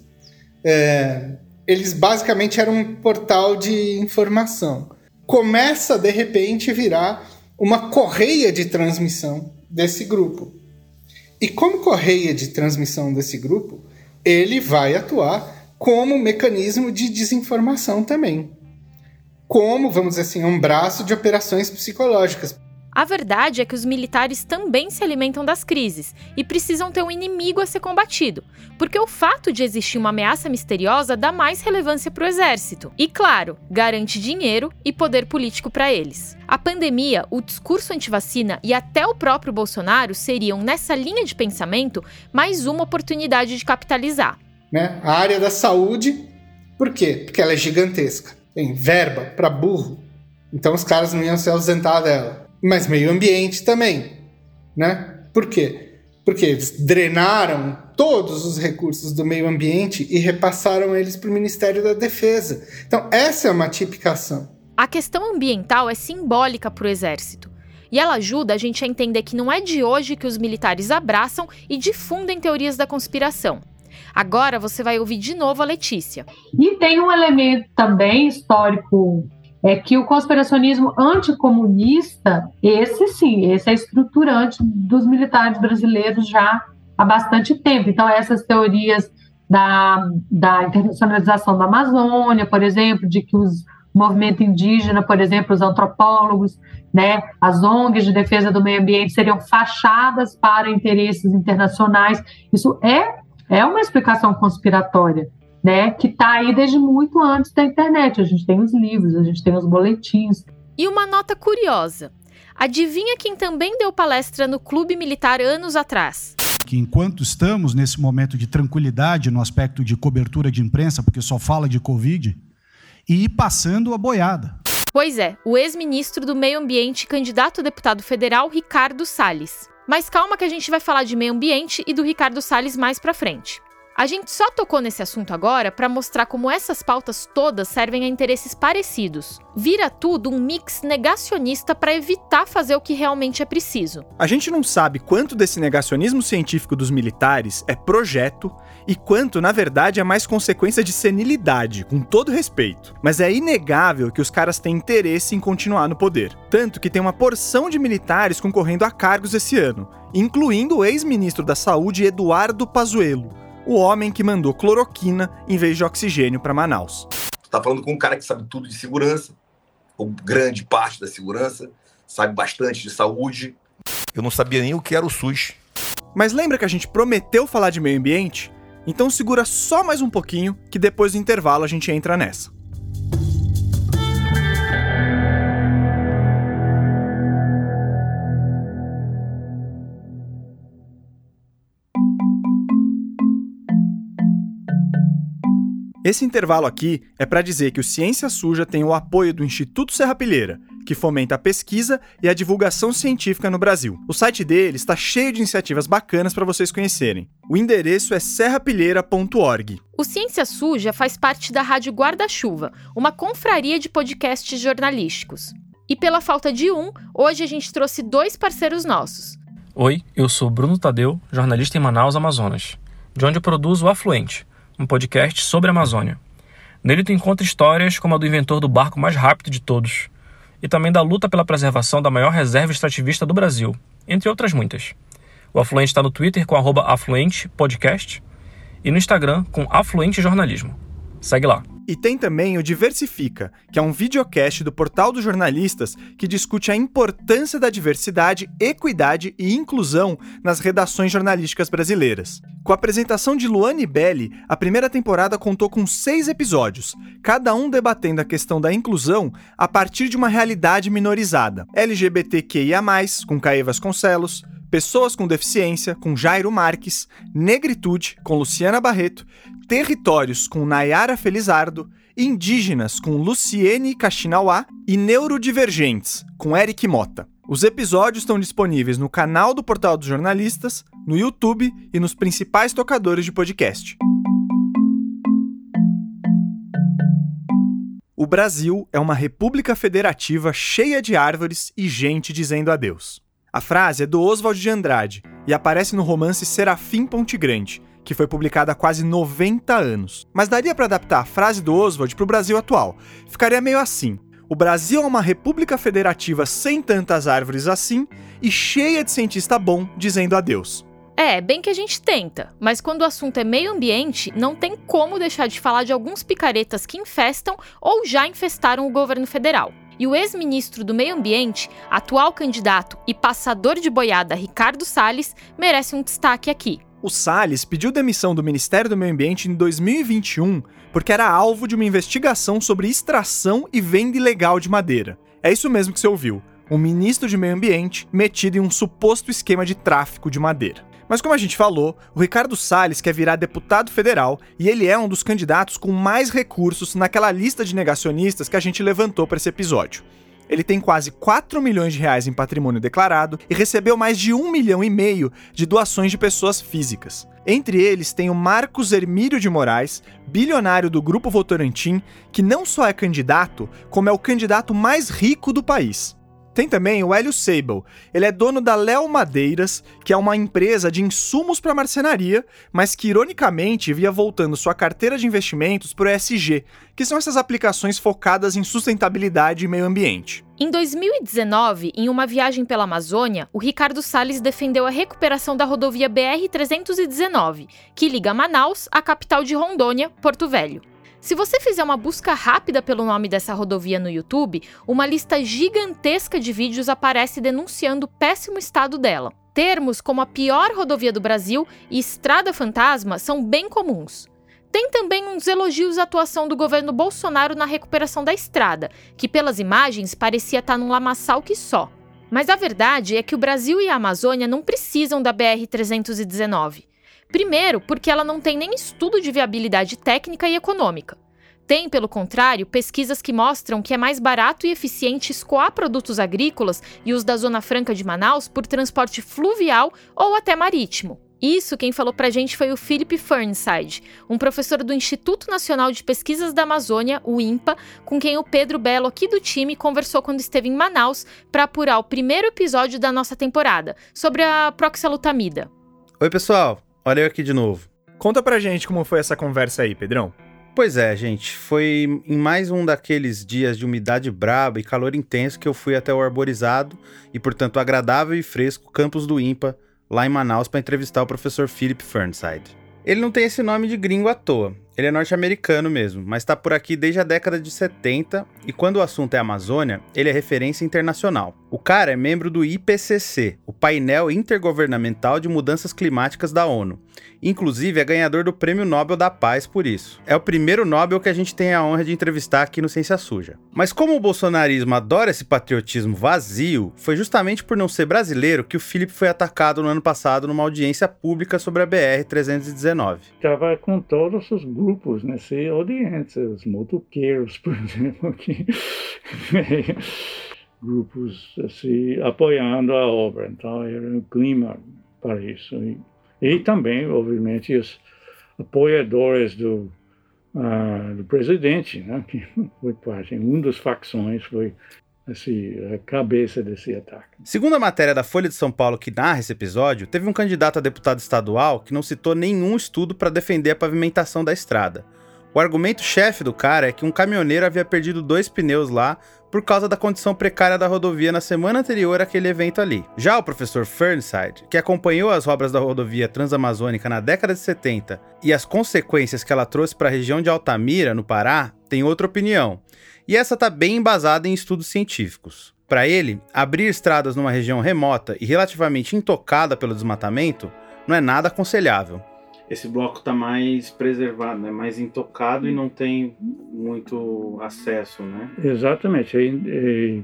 eles basicamente eram um portal de informação. Começa, de repente, a virar uma correia de transmissão desse grupo. E como correia de transmissão desse grupo, ele vai atuar como mecanismo de desinformação também. Como, vamos dizer assim, um braço de operações psicológicas. A verdade é que os militares também se alimentam das crises e precisam ter um inimigo a ser combatido, porque o fato de existir uma ameaça misteriosa dá mais relevância para o exército e, claro, garante dinheiro e poder político para eles. A pandemia, o discurso antivacina e até o próprio Bolsonaro seriam, nessa linha de pensamento, mais uma oportunidade de capitalizar. A área da saúde, por quê? Porque ela é gigantesca. Tem verba para burro, então os caras não iam se ausentar dela. Mas meio ambiente também, Por quê? Porque eles drenaram todos os recursos do meio ambiente e repassaram eles para o Ministério da Defesa. Então essa é uma tipificação. A questão ambiental é simbólica para o Exército. E ela ajuda a gente a entender que não é de hoje que os militares abraçam e difundem teorias da conspiração. Agora você vai ouvir de novo a Letícia. E tem um elemento também histórico, que o conspiracionismo anticomunista, esse é estruturante dos militares brasileiros já há bastante tempo. Então, essas teorias da internacionalização da Amazônia, por exemplo, de que o movimento indígena, por exemplo, os antropólogos, as ONGs de defesa do meio ambiente seriam fachadas para interesses internacionais. Isso é uma explicação conspiratória, que está aí desde muito antes da internet. A gente tem os livros, a gente tem os boletins. E uma nota curiosa. Adivinha quem também deu palestra no Clube Militar anos atrás? Que enquanto estamos nesse momento de tranquilidade no aspecto de cobertura de imprensa, porque só fala de Covid, e ir passando a boiada. Pois é, o ex-ministro do Meio Ambiente e candidato a deputado federal, Ricardo Salles. Mas calma que a gente vai falar de meio ambiente e do Ricardo Salles mais pra frente. A gente só tocou nesse assunto agora para mostrar como essas pautas todas servem a interesses parecidos. Vira tudo um mix negacionista para evitar fazer o que realmente é preciso. A gente não sabe quanto desse negacionismo científico dos militares é projeto e quanto, na verdade, é mais consequência de senilidade, com todo respeito. Mas é inegável que os caras têm interesse em continuar no poder. Tanto que tem uma porção de militares concorrendo a cargos esse ano, incluindo o ex-ministro da Saúde Eduardo Pazuello, o homem que mandou cloroquina em vez de oxigênio para Manaus. Tá falando com um cara que sabe tudo de segurança, ou grande parte da segurança, sabe bastante de saúde. Eu não sabia nem o que era o SUS. Mas lembra que a gente prometeu falar de meio ambiente? Então segura só mais um pouquinho, que depois do intervalo a gente entra nessa. Esse intervalo aqui é para dizer que o Ciência Suja tem o apoio do Instituto Serrapilheira, que fomenta a pesquisa e a divulgação científica no Brasil. O site dele está cheio de iniciativas bacanas para vocês conhecerem. O endereço é serrapilheira.org. O Ciência Suja faz parte da Rádio Guarda-Chuva, uma confraria de podcasts jornalísticos. E pela falta de um, hoje a gente trouxe 2 parceiros nossos. Oi, eu sou Bruno Tadeu, jornalista em Manaus, Amazonas, de onde eu produzo o Afluente, um podcast sobre a Amazônia. Nele tu encontra histórias como a do inventor do barco mais rápido de todos, e também da luta pela preservação da maior reserva extrativista do Brasil, entre outras muitas. O Afluente está no Twitter com @afluentepodcast e no Instagram com Afluente Jornalismo. Segue lá. E tem também o Diversifica, que é um videocast do Portal dos Jornalistas que discute a importância da diversidade, equidade e inclusão nas redações jornalísticas brasileiras. Com a apresentação de Luane Belli, a primeira temporada contou com 6 episódios, cada um debatendo a questão da inclusão a partir de uma realidade minorizada. LGBTQIA+, com Caê Vasconcelos, Pessoas com Deficiência, com Jairo Marques, Negritude, com Luciana Barreto, Territórios, com Nayara Felizardo, Indígenas, com Luciene Kaxinawá e Neurodivergentes, com Eric Mota. Os episódios estão disponíveis no canal do Portal dos Jornalistas, no YouTube e nos principais tocadores de podcast. O Brasil é uma república federativa cheia de árvores e gente dizendo adeus. A frase é do Oswald de Andrade e aparece no romance Serafim Ponte Grande, que foi publicado há quase 90 anos. Mas daria para adaptar a frase do Oswald para o Brasil atual. Ficaria meio assim: o Brasil é uma república federativa sem tantas árvores assim e cheia de cientista bom dizendo adeus. Bem que a gente tenta, mas quando o assunto é meio ambiente, não tem como deixar de falar de alguns picaretas que infestam ou já infestaram o governo federal. E o ex-ministro do Meio Ambiente, atual candidato e passador de boiada Ricardo Salles, merece um destaque aqui. O Salles pediu demissão do Ministério do Meio Ambiente em 2021 porque era alvo de uma investigação sobre extração e venda ilegal de madeira. É isso mesmo que você ouviu, um ministro de Meio Ambiente metido em um suposto esquema de tráfico de madeira. Mas como a gente falou, o Ricardo Salles quer virar deputado federal e ele é um dos candidatos com mais recursos naquela lista de negacionistas que a gente levantou para esse episódio. Ele tem quase 4 milhões de reais em patrimônio declarado e recebeu mais de 1,5 milhão de doações de pessoas físicas. Entre eles tem o Marcos Hermílio de Moraes, bilionário do Grupo Votorantim, que não só é candidato, como é o candidato mais rico do país. Tem também o Hélio Seibel. Ele é dono da Léo Madeiras, que é uma empresa de insumos para marcenaria, mas que ironicamente via voltando sua carteira de investimentos para o ESG, que são essas aplicações focadas em sustentabilidade e meio ambiente. Em 2019, em uma viagem pela Amazônia, o Ricardo Salles defendeu a recuperação da rodovia BR-319, que liga Manaus à capital de Rondônia, Porto Velho. Se você fizer uma busca rápida pelo nome dessa rodovia no YouTube, uma lista gigantesca de vídeos aparece denunciando o péssimo estado dela. Termos como a pior rodovia do Brasil e estrada fantasma são bem comuns. Tem também uns elogios à atuação do governo Bolsonaro na recuperação da estrada, que pelas imagens parecia estar num lamaçal que só. Mas a verdade é que o Brasil e a Amazônia não precisam da BR-319. Primeiro, porque ela não tem nem estudo de viabilidade técnica e econômica. Tem, pelo contrário, pesquisas que mostram que é mais barato e eficiente escoar produtos agrícolas e os da Zona Franca de Manaus por transporte fluvial ou até marítimo. Isso quem falou pra gente foi o Philip Fernside, um professor do Instituto Nacional de Pesquisas da Amazônia, o INPA, com quem o Pedro Belo, aqui do time, conversou quando esteve em Manaus para apurar o primeiro episódio da nossa temporada, sobre a proxalutamida. Oi, pessoal. Olha eu aqui de novo. Conta pra gente como foi essa conversa aí, Pedrão. Pois é, gente. Foi em mais um daqueles dias de umidade braba e calor intenso que eu fui até o arborizado e, portanto, agradável e fresco campus do INPA, lá em Manaus, para entrevistar o professor Philip Fernside. Ele não tem esse nome de gringo à toa. Ele é norte-americano mesmo, mas está por aqui desde a década de 70 e quando o assunto é Amazônia, ele é referência internacional. O cara é membro do IPCC, o Painel Intergovernamental de Mudanças Climáticas da ONU. Inclusive, é ganhador do Prêmio Nobel da Paz por isso. É o primeiro Nobel que a gente tem a honra de entrevistar aqui no Ciência Suja. Mas como o bolsonarismo adora esse patriotismo vazio, foi justamente por não ser brasileiro que o Philip foi atacado no ano passado numa audiência pública sobre a BR-319. Estava com todos os grupos nessa audiência, os motoqueiros, por exemplo, aqui. Grupos assim, apoiando a obra. Então, era um clima para isso. E também, obviamente, os apoiadores do presidente, né, que foi parte, uma das facções foi assim, a cabeça desse ataque. Segundo a matéria da Folha de São Paulo que narra esse episódio, teve um candidato a deputado estadual que não citou nenhum estudo para defender a pavimentação da estrada. O argumento-chefe do cara é que um caminhoneiro havia perdido 2 pneus lá por causa da condição precária da rodovia na semana anterior àquele evento ali. Já o professor Fernside, que acompanhou as obras da rodovia transamazônica na década de 70 e as consequências que ela trouxe para a região de Altamira, no Pará, tem outra opinião. E essa está bem embasada em estudos científicos. Para ele, abrir estradas numa região remota e relativamente intocada pelo desmatamento não é nada aconselhável. Esse bloco está mais preservado, né? Mais intocado e não tem muito acesso, né? Exatamente, é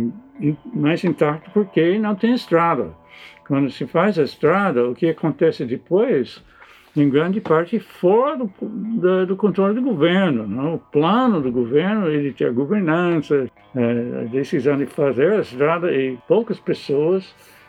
mais intacto porque não tem estrada. Quando se faz a estrada, o que acontece depois, em grande parte, fora do controle do governo. Não? O plano do governo, ele tem a governança, a decisão de fazer a estrada e poucas pessoas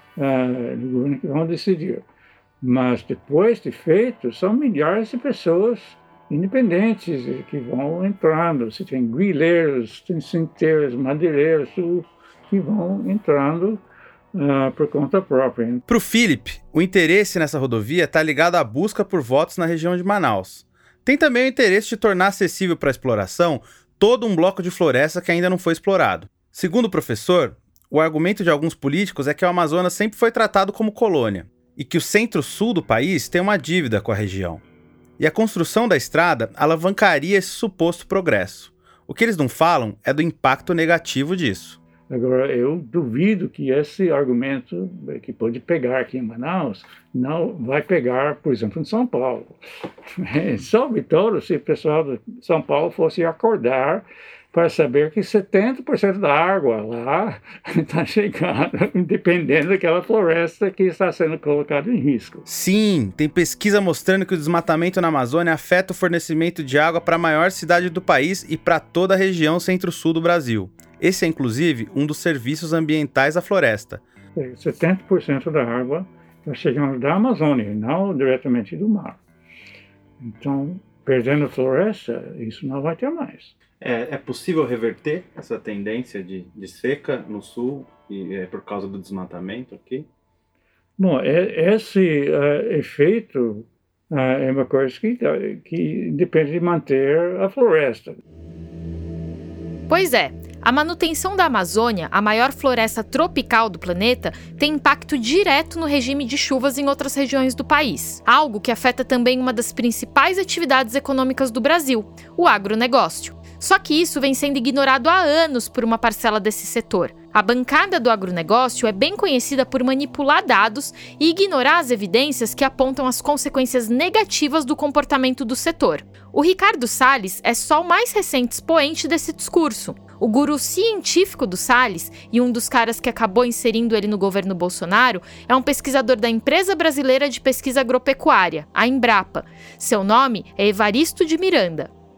do governo que vão decidir. Mas depois de feito, são milhares de pessoas independentes que vão entrando. Você tem grileiros, tem cinteiros, madeireiros que vão entrando por conta própria. Para o Philip, o interesse nessa rodovia está ligado à busca por votos na região de Manaus. Tem também o interesse de tornar acessível para a exploração todo um bloco de floresta que ainda não foi explorado. Segundo o professor, o argumento de alguns políticos é que o Amazonas sempre foi tratado como colônia e que o centro-sul do país tem uma dívida com a região. E a construção da estrada alavancaria esse suposto progresso. O que eles não falam é do impacto negativo disso. Agora, eu duvido que esse argumento que pode pegar aqui em Manaus não vai pegar, por exemplo, em São Paulo. Sobretudo se o pessoal de São Paulo fosse acordar para saber que 70% da água lá está chegando, dependendo daquela floresta que está sendo colocada em risco. Sim, tem pesquisa mostrando que o desmatamento na Amazônia afeta o fornecimento de água para a maior cidade do país e para toda a região centro-sul do Brasil. Esse é, inclusive, um dos serviços ambientais da floresta. 70% da água está chegando da Amazônia, não diretamente do mar. Então, perdendo a floresta, isso não vai ter mais. É possível reverter essa tendência de seca no sul e por causa do desmatamento aqui? Bom, esse efeito é uma coisa que depende de manter a floresta. Pois é, a manutenção da Amazônia, a maior floresta tropical do planeta, tem impacto direto no regime de chuvas em outras regiões do país. Algo que afeta também uma das principais atividades econômicas do Brasil, o agronegócio. Só que isso vem sendo ignorado há anos por uma parcela desse setor. A bancada do agronegócio é bem conhecida por manipular dados e ignorar as evidências que apontam as consequências negativas do comportamento do setor. O Ricardo Salles é só o mais recente expoente desse discurso. O guru científico do Salles, e um dos caras que acabou inserindo ele no governo Bolsonaro, é um pesquisador da Empresa Brasileira de Pesquisa Agropecuária, a Embrapa. Seu nome é Evaristo de Miranda.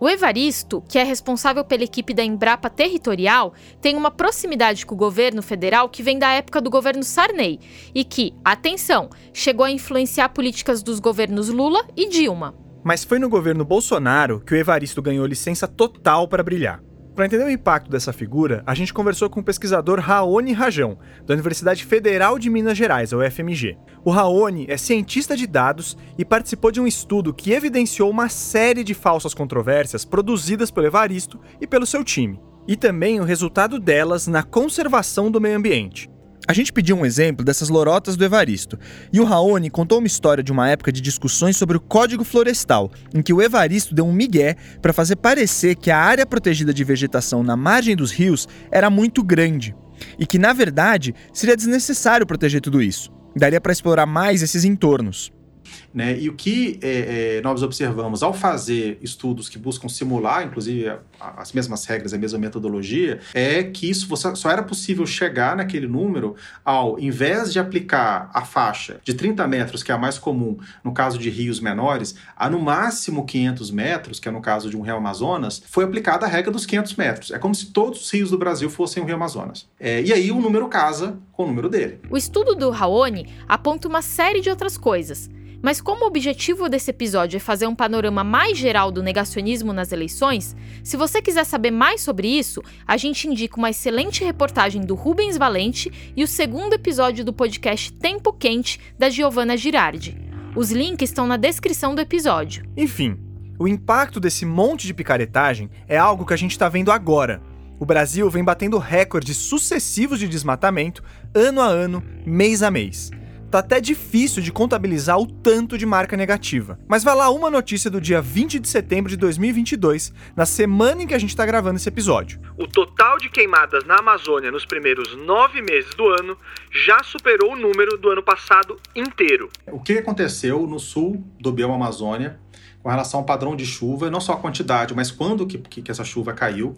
O Evaristo, que é responsável pela equipe da Embrapa Territorial, tem uma proximidade com o governo federal que vem da época do governo Sarney e que, atenção, chegou a influenciar políticas dos governos Lula e Dilma. Mas foi no governo Bolsonaro que o Evaristo ganhou licença total para brilhar. Para entender o impacto dessa figura, a gente conversou com o pesquisador Raoni Rajão, da Universidade Federal de Minas Gerais, a UFMG. O Raoni é cientista de dados e participou de um estudo que evidenciou uma série de falsas controvérsias produzidas pelo Evaristo e pelo seu time, e também o resultado delas na conservação do meio ambiente. A gente pediu um exemplo dessas lorotas do Evaristo, e o Raoni contou uma história de uma época de discussões sobre o Código Florestal, em que o Evaristo deu um migué para fazer parecer que a área protegida de vegetação na margem dos rios era muito grande, e que, na verdade, seria desnecessário proteger tudo isso. Daria para explorar mais esses entornos. Né? E o que nós observamos ao fazer estudos que buscam simular, inclusive, as mesmas regras, a mesma metodologia, é que isso só era possível chegar naquele número ao invés de aplicar a faixa de 30 metros, que é a mais comum no caso de rios menores, a no máximo 500 metros, que é no caso de um rio Amazonas, foi aplicada a regra dos 500 metros. É como se todos os rios do Brasil fossem o rio Amazonas. E aí o número casa com o número dele. O estudo do Raoni aponta uma série de outras coisas. Mas como o objetivo desse episódio é fazer um panorama mais geral do negacionismo nas eleições, se você quiser saber mais sobre isso, a gente indica uma excelente reportagem do Rubens Valente e o segundo episódio do podcast Tempo Quente, da Giovanna Girardi. Os links estão na descrição do episódio. Enfim, o impacto desse monte de picaretagem é algo que a gente está vendo agora. O Brasil vem batendo recordes sucessivos de desmatamento, ano a ano, mês a mês. Tá até difícil de contabilizar o tanto de marca negativa. Mas vai lá uma notícia do dia 20 de setembro de 2022, na semana em que a gente tá gravando esse episódio. O total de queimadas na Amazônia nos primeiros 9 meses do ano já superou o número do ano passado inteiro. O que aconteceu no sul do bioma Amazônia com relação ao padrão de chuva, não só a quantidade, mas quando que essa chuva caiu,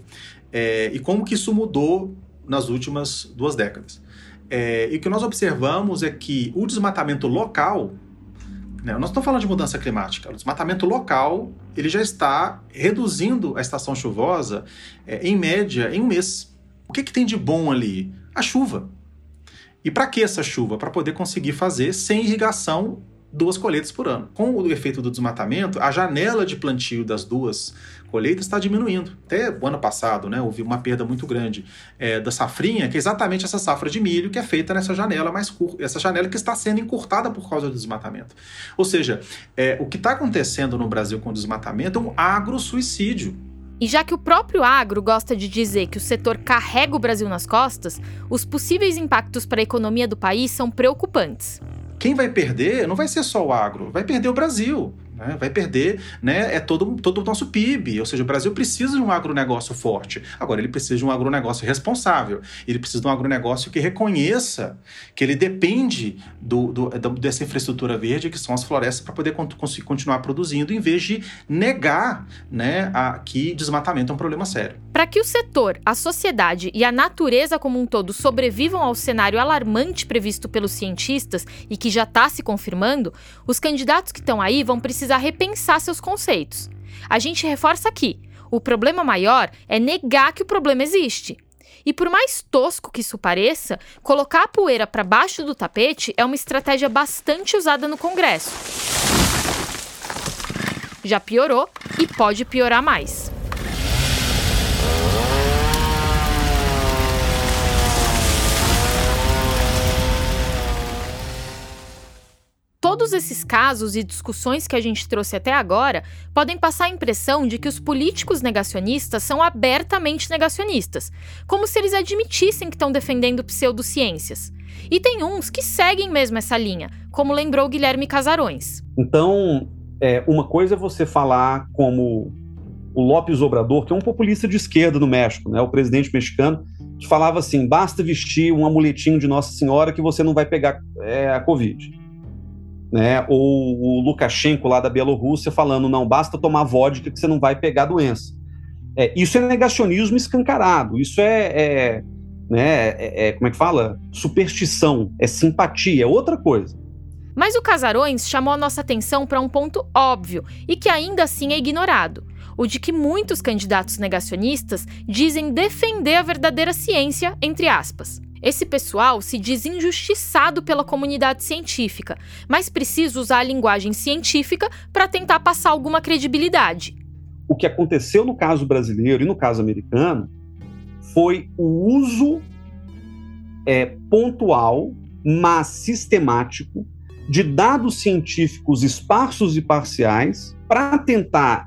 e como que isso mudou nas últimas 2 décadas. E o que nós observamos é que o desmatamento local, né, nós estamos falando de mudança climática, o desmatamento local ele já está reduzindo a estação chuvosa em média em 1 mês. O que tem de bom ali? A chuva. E para que essa chuva? Para poder conseguir fazer sem irrigação 2 colheitas por ano. Com o efeito do desmatamento, a janela de plantio das 2 colheitas está diminuindo. Até o ano passado, né, houve uma perda muito grande da safrinha, que é exatamente essa safra de milho que é feita nessa janela mais curta, essa janela que está sendo encurtada por causa do desmatamento. Ou seja, o que está acontecendo no Brasil com o desmatamento é um agrosuicídio. E já que o próprio agro gosta de dizer que o setor carrega o Brasil nas costas, os possíveis impactos para a economia do país são preocupantes. Quem vai perder não vai ser só o agro, vai perder o Brasil. Né? Vai perder, né, todo o nosso PIB, ou seja, o Brasil precisa de um agronegócio forte. Agora, ele precisa de um agronegócio responsável, ele precisa de um agronegócio que reconheça que ele depende dessa infraestrutura verde, que são as florestas, para poder continuar produzindo, em vez de negar, né, que desmatamento é um problema sério. Para que o setor, a sociedade e a natureza como um todo sobrevivam ao cenário alarmante previsto pelos cientistas e que já está se confirmando, os candidatos que estão aí vão precisar repensar seus conceitos. A gente reforça aqui, o problema maior é negar que o problema existe. E por mais tosco que isso pareça, colocar a poeira para baixo do tapete é uma estratégia bastante usada no Congresso. Já piorou e pode piorar mais. Todos esses casos e discussões que a gente trouxe até agora podem passar a impressão de que os políticos negacionistas são abertamente negacionistas, como se eles admitissem que estão defendendo pseudociências. E tem uns que seguem mesmo essa linha, como lembrou Guilherme Casarões. Então, uma coisa é você falar como o López Obrador, que é um populista de esquerda no México, né, o presidente mexicano, que falava assim, basta vestir um amuletinho de Nossa Senhora que você não vai pegar a Covid. Né? Ou o Lukashenko lá da Bielorrússia falando, não, basta tomar vodka que você não vai pegar a doença. Isso é negacionismo escancarado, isso como é que fala? Superstição, é simpatia, é outra coisa. Mas o Casarões chamou a nossa atenção para um ponto óbvio e que ainda assim é ignorado. o de que muitos candidatos negacionistas dizem defender a verdadeira ciência, entre aspas. Esse pessoal se diz injustiçado pela comunidade científica, mas precisa usar a linguagem científica para tentar passar alguma credibilidade. O que aconteceu no caso brasileiro e no caso americano foi o uso pontual, mas sistemático, de dados científicos esparsos e parciais para tentar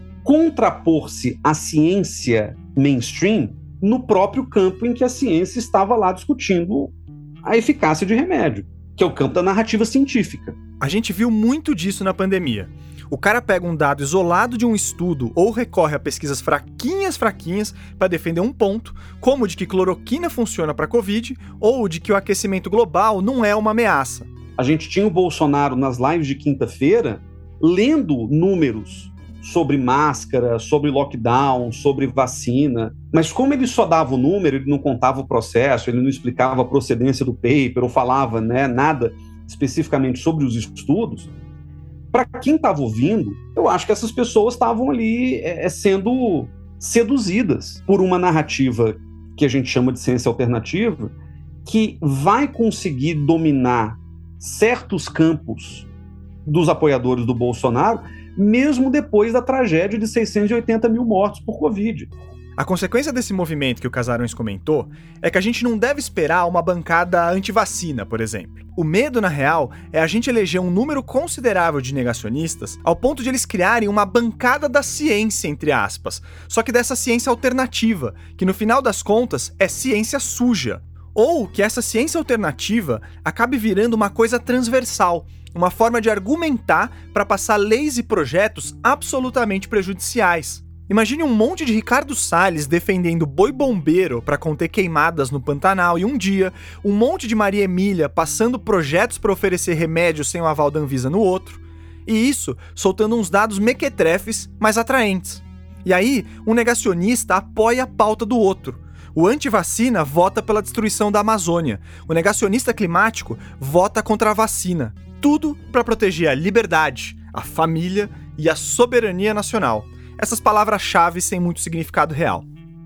contrapor-se à ciência mainstream no próprio campo em que a ciência estava lá discutindo a eficácia de remédio, que é o campo da narrativa científica. A gente viu muito disso na pandemia. O cara pega um dado isolado de um estudo ou recorre a pesquisas fraquinhas para defender um ponto, como o de que cloroquina funciona para Covid ou de que o aquecimento global não é uma ameaça. A gente tinha o Bolsonaro nas lives de quinta-feira lendo números sobre máscara, sobre lockdown, sobre vacina, mas como ele só dava o número, ele não contava o processo, ele não explicava a procedência do paper ou falava nada especificamente sobre os estudos. Para quem estava ouvindo, eu acho que essas pessoas estavam ali sendo seduzidas por uma narrativa que a gente chama de ciência alternativa, que vai conseguir dominar certos campos dos apoiadores do Bolsonaro, mesmo depois da tragédia de 680 mil mortos por Covid. A consequência desse movimento que o Casarões comentou é que a gente não deve esperar uma bancada anti-vacina, por exemplo. O medo, na real, é a gente eleger um número considerável de negacionistas ao ponto de eles criarem uma bancada da ciência, entre aspas, só que dessa ciência alternativa, que no final das contas é ciência suja. Ou que essa ciência alternativa acabe virando uma coisa transversal, uma forma de argumentar para passar leis e projetos absolutamente prejudiciais. Imagine um monte de Ricardo Salles defendendo boi bombeiro para conter queimadas no Pantanal e um dia, um monte de Maria Emília passando projetos para oferecer remédios sem o aval da Anvisa no outro, e isso soltando uns dados mequetrefes, mas atraentes. E aí, um negacionista apoia a pauta do outro. O antivacina vota pela destruição da Amazônia. O negacionista climático vota contra a vacina. Tudo para proteger a liberdade, a família e a soberania nacional. Essas palavras-chave sem muito significado real.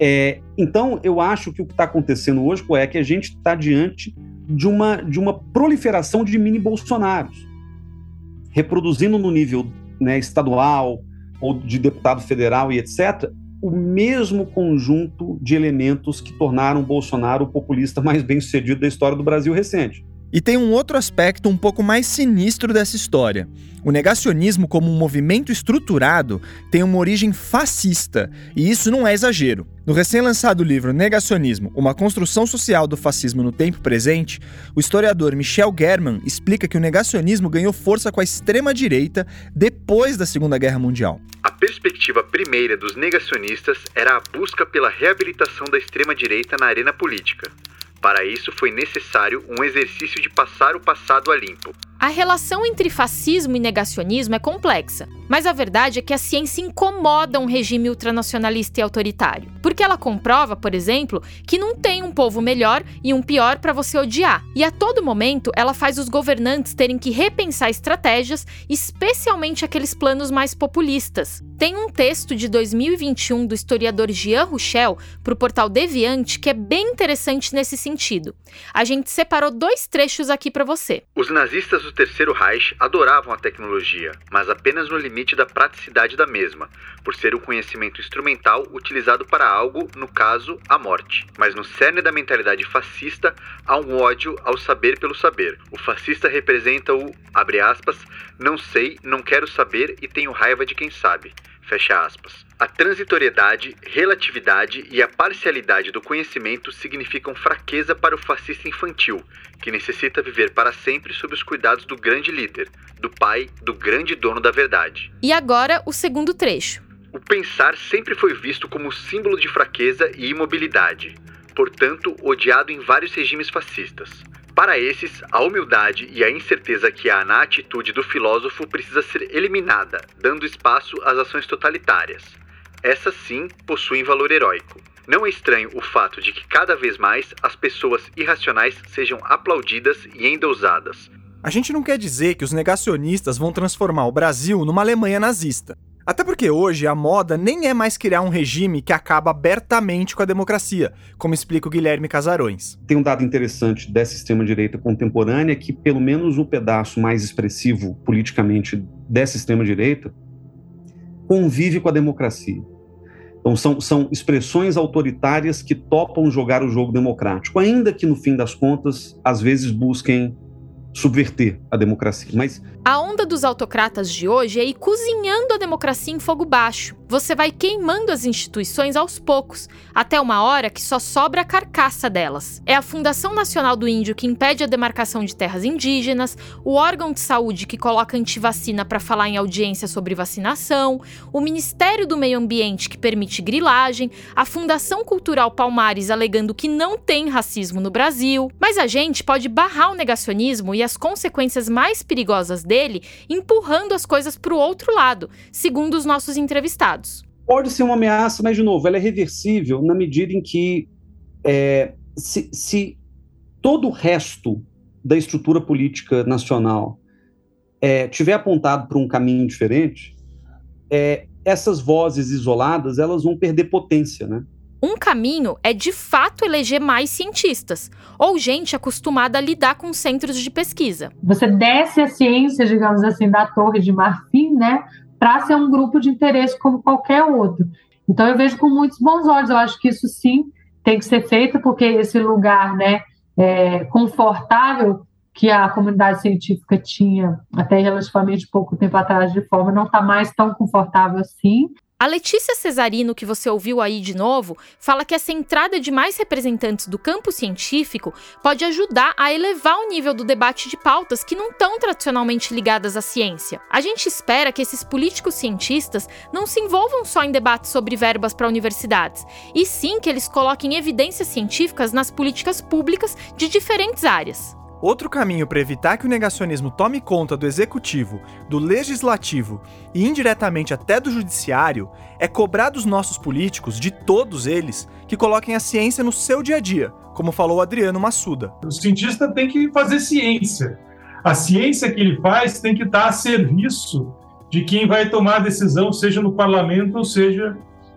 Então, eu acho que o que está acontecendo hoje é que a gente está diante de uma proliferação de mini-Bolsonaros, reproduzindo no nível estadual ou de deputado federal e etc., o mesmo conjunto de elementos que tornaram Bolsonaro o populista mais bem-sucedido da história do Brasil recente. E tem um outro aspecto um pouco mais sinistro dessa história. O negacionismo como um movimento estruturado tem uma origem fascista, e isso não é exagero. No recém-lançado livro Negacionismo, uma construção social do fascismo no tempo presente, o historiador Michel German explica que o negacionismo ganhou força com a extrema-direita depois da Segunda Guerra Mundial. A perspectiva primeira dos negacionistas era a busca pela reabilitação da extrema-direita na arena política. Para isso, foi necessário um exercício de passar o passado a limpo. A relação entre fascismo e negacionismo é complexa, mas a verdade é que a ciência incomoda um regime ultranacionalista e autoritário, porque ela comprova, por exemplo, que não tem um povo melhor e um pior para você odiar, e a todo momento ela faz os governantes terem que repensar estratégias, especialmente aqueles planos mais populistas. Tem um texto de 2021 do historiador Jean Rouchel para o portal Deviante que é bem interessante nesse sentido. A gente separou 2 trechos aqui para você. Os nazistas do Terceiro Reich adoravam a tecnologia, mas apenas no limite da praticidade da mesma, por ser um conhecimento instrumental utilizado para algo, no caso, a morte. Mas no cerne da mentalidade fascista, há um ódio ao saber pelo saber. O fascista representa o, abre aspas, não sei, não quero saber e tenho raiva de quem sabe. Fecha aspas. A transitoriedade, relatividade e a parcialidade do conhecimento significam fraqueza para o fascista infantil, que necessita viver para sempre sob os cuidados do grande líder, do pai, do grande dono da verdade. E agora, o segundo trecho. O pensar sempre foi visto como símbolo de fraqueza e imobilidade, portanto, odiado em vários regimes fascistas. Para esses, a humildade e a incerteza que há na atitude do filósofo precisa ser eliminada, dando espaço às ações totalitárias. Essas, sim, possuem valor heróico. Não é estranho o fato de que cada vez mais as pessoas irracionais sejam aplaudidas e endeusadas. A gente não quer dizer que os negacionistas vão transformar o Brasil numa Alemanha nazista. Até porque hoje a moda nem é mais criar um regime que acaba abertamente com a democracia, como explica o Guilherme Casarões. Tem um dado interessante dessa extrema-direita contemporânea que pelo menos um pedaço mais expressivo politicamente dessa extrema-direita convive com a democracia. Então são expressões autoritárias que topam jogar o jogo democrático, ainda que no fim das contas, às vezes busquem subverter a democracia. Mas a onda dos autocratas de hoje é ir cozinhando a democracia em fogo baixo. Você vai queimando as instituições aos poucos, até uma hora que só sobra a carcaça delas. É a Fundação Nacional do Índio que impede a demarcação de terras indígenas, o órgão de saúde que coloca antivacina para falar em audiência sobre vacinação, o Ministério do Meio Ambiente que permite grilagem, a Fundação Cultural Palmares alegando que não tem racismo no Brasil. Mas a gente pode barrar o negacionismo e as consequências mais perigosas dele, empurrando as coisas para o outro lado, segundo os nossos entrevistados. Pode ser uma ameaça, mas, de novo, ela é reversível na medida em que se todo o resto da estrutura política nacional tiver apontado para um caminho diferente, essas vozes isoladas elas vão perder potência, né? Um caminho é, de fato, eleger mais cientistas, ou gente acostumada a lidar com centros de pesquisa. Você desce a ciência, digamos assim, da Torre de Marfim, né, para ser um grupo de interesse como qualquer outro. Então, eu vejo com muitos bons olhos. Eu acho que isso, sim, tem que ser feito, porque esse lugar, né, confortável que a comunidade científica tinha até relativamente pouco tempo atrás de forma, não está mais tão confortável assim. A Letícia Cesarino, que você ouviu aí de novo, fala que essa entrada de mais representantes do campo científico pode ajudar a elevar o nível do debate de pautas que não estão tradicionalmente ligadas à ciência. A gente espera que esses políticos cientistas não se envolvam só em debates sobre verbas para universidades, e sim que eles coloquem evidências científicas nas políticas públicas de diferentes áreas. Outro caminho para evitar que o negacionismo tome conta do executivo, do legislativo e indiretamente até do judiciário é cobrar dos nossos políticos, de todos eles, que coloquem a ciência no seu dia a dia, como falou o Adriano Massuda. O cientista tem que fazer ciência. A ciência que ele faz tem que estar a serviço de quem vai tomar a decisão, seja no parlamento ou seja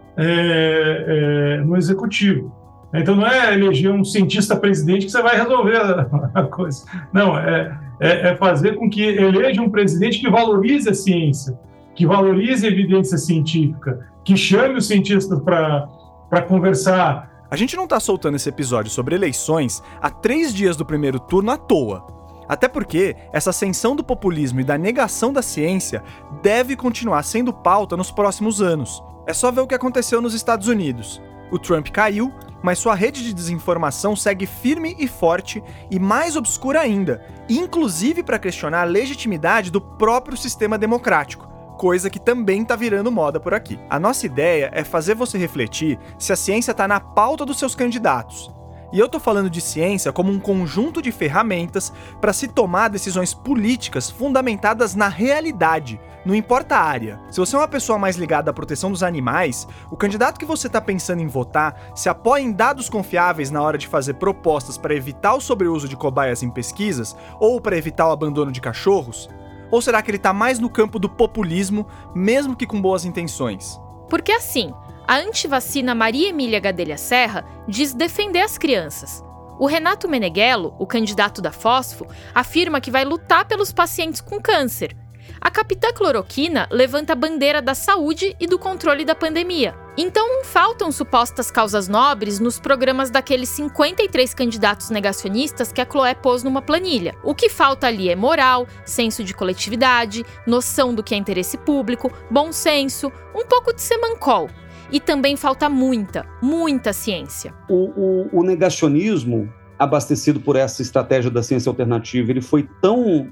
no executivo. Então não é eleger um cientista presidente que você vai resolver a coisa. Não, é fazer com que eleja um presidente que valorize a ciência, que valorize a evidência científica, que chame os cientistas para conversar. A gente não está soltando esse episódio sobre eleições a 3 dias do primeiro turno à toa. Até porque essa ascensão do populismo e da negação da ciência deve continuar sendo pauta nos próximos anos. É só ver o que aconteceu nos Estados Unidos. O Trump caiu, mas sua rede de desinformação segue firme e forte e mais obscura ainda, inclusive para questionar a legitimidade do próprio sistema democrático, coisa que também está virando moda por aqui. A nossa ideia é fazer você refletir se a ciência está na pauta dos seus candidatos. E eu tô falando de ciência como um conjunto de ferramentas para se tomar decisões políticas fundamentadas na realidade, não importa a área. Se você é uma pessoa mais ligada à proteção dos animais, o candidato que você está pensando em votar se apoia em dados confiáveis na hora de fazer propostas para evitar o sobreuso de cobaias em pesquisas ou para evitar o abandono de cachorros? Ou será que ele está mais no campo do populismo, mesmo que com boas intenções? Porque assim, a antivacina Maria Emília Gadelha Serra diz defender as crianças. O Renato Meneghello, o candidato da Fosfo, afirma que vai lutar pelos pacientes com câncer. A capitã Cloroquina levanta a bandeira da saúde e do controle da pandemia. Então não faltam supostas causas nobres nos programas daqueles 53 candidatos negacionistas que a Chloé pôs numa planilha. O que falta ali é moral, senso de coletividade, noção do que é interesse público, bom senso, um pouco de semancol. E também falta muita ciência. O negacionismo, abastecido por essa estratégia da ciência alternativa, ele foi tão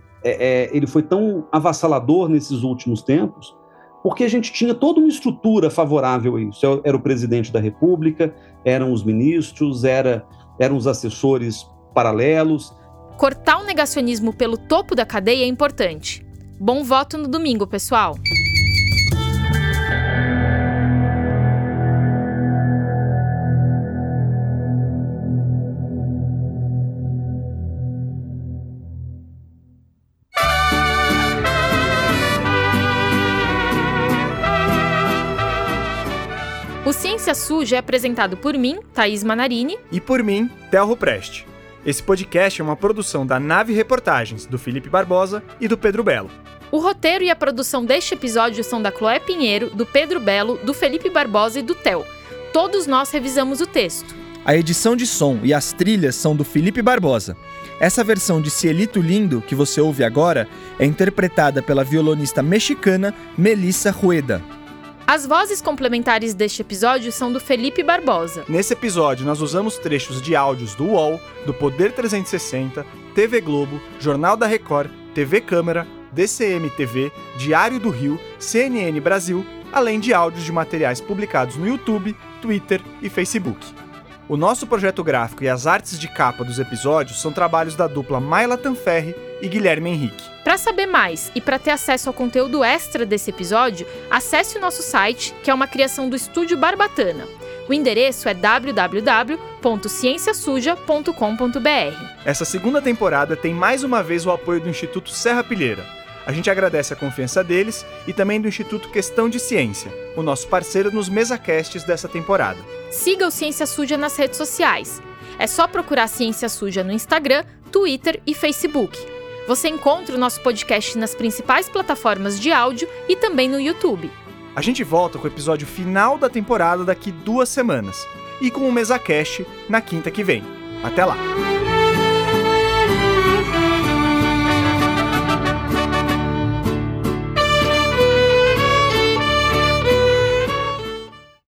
avassalador nesses últimos tempos, porque a gente tinha toda uma estrutura favorável a isso. Era o presidente da República, eram os ministros, eram os assessores paralelos. Cortar o negacionismo pelo topo da cadeia é importante. Bom voto no domingo, pessoal! O Ciência Suja é apresentado por mim, Thaís Manarini. E por mim, Telro Preste. Esse podcast é uma produção da Nave Reportagens, do Felipe Barbosa e do Pedro Belo. O roteiro e a produção deste episódio são da Chloé Pinheiro, do Pedro Belo, do Felipe Barbosa e do Theo. Todos nós revisamos o texto. A edição de som e as trilhas são do Felipe Barbosa. Essa versão de Cielito Lindo, que você ouve agora, é interpretada pela violonista mexicana Melissa Rueda. As vozes complementares deste episódio são do Felipe Barbosa. Nesse episódio, nós usamos trechos de áudios do UOL, do Poder 360, TV Globo, Jornal da Record, TV Câmara, DCM TV, Diário do Rio, CNN Brasil, além de áudios de materiais publicados no YouTube, Twitter e Facebook. O nosso projeto gráfico e as artes de capa dos episódios são trabalhos da dupla Mayla Tanferri e Guilherme Henrique. Para saber mais e para ter acesso ao conteúdo extra desse episódio, acesse o nosso site, que é uma criação do Estúdio Barbatana. O endereço é www.cienciasuja.com.br. Essa segunda temporada tem mais uma vez o apoio do Instituto Serra Pilheira. A gente agradece a confiança deles e também do Instituto Questão de Ciência, o nosso parceiro nos mesacasts dessa temporada. Siga o Ciência Suja nas redes sociais. É só procurar Ciência Suja no Instagram, Twitter e Facebook. Você encontra o nosso podcast nas principais plataformas de áudio e também no YouTube. A gente volta com o episódio final da temporada daqui 2 semanas e com o mesacast na quinta que vem. Até lá!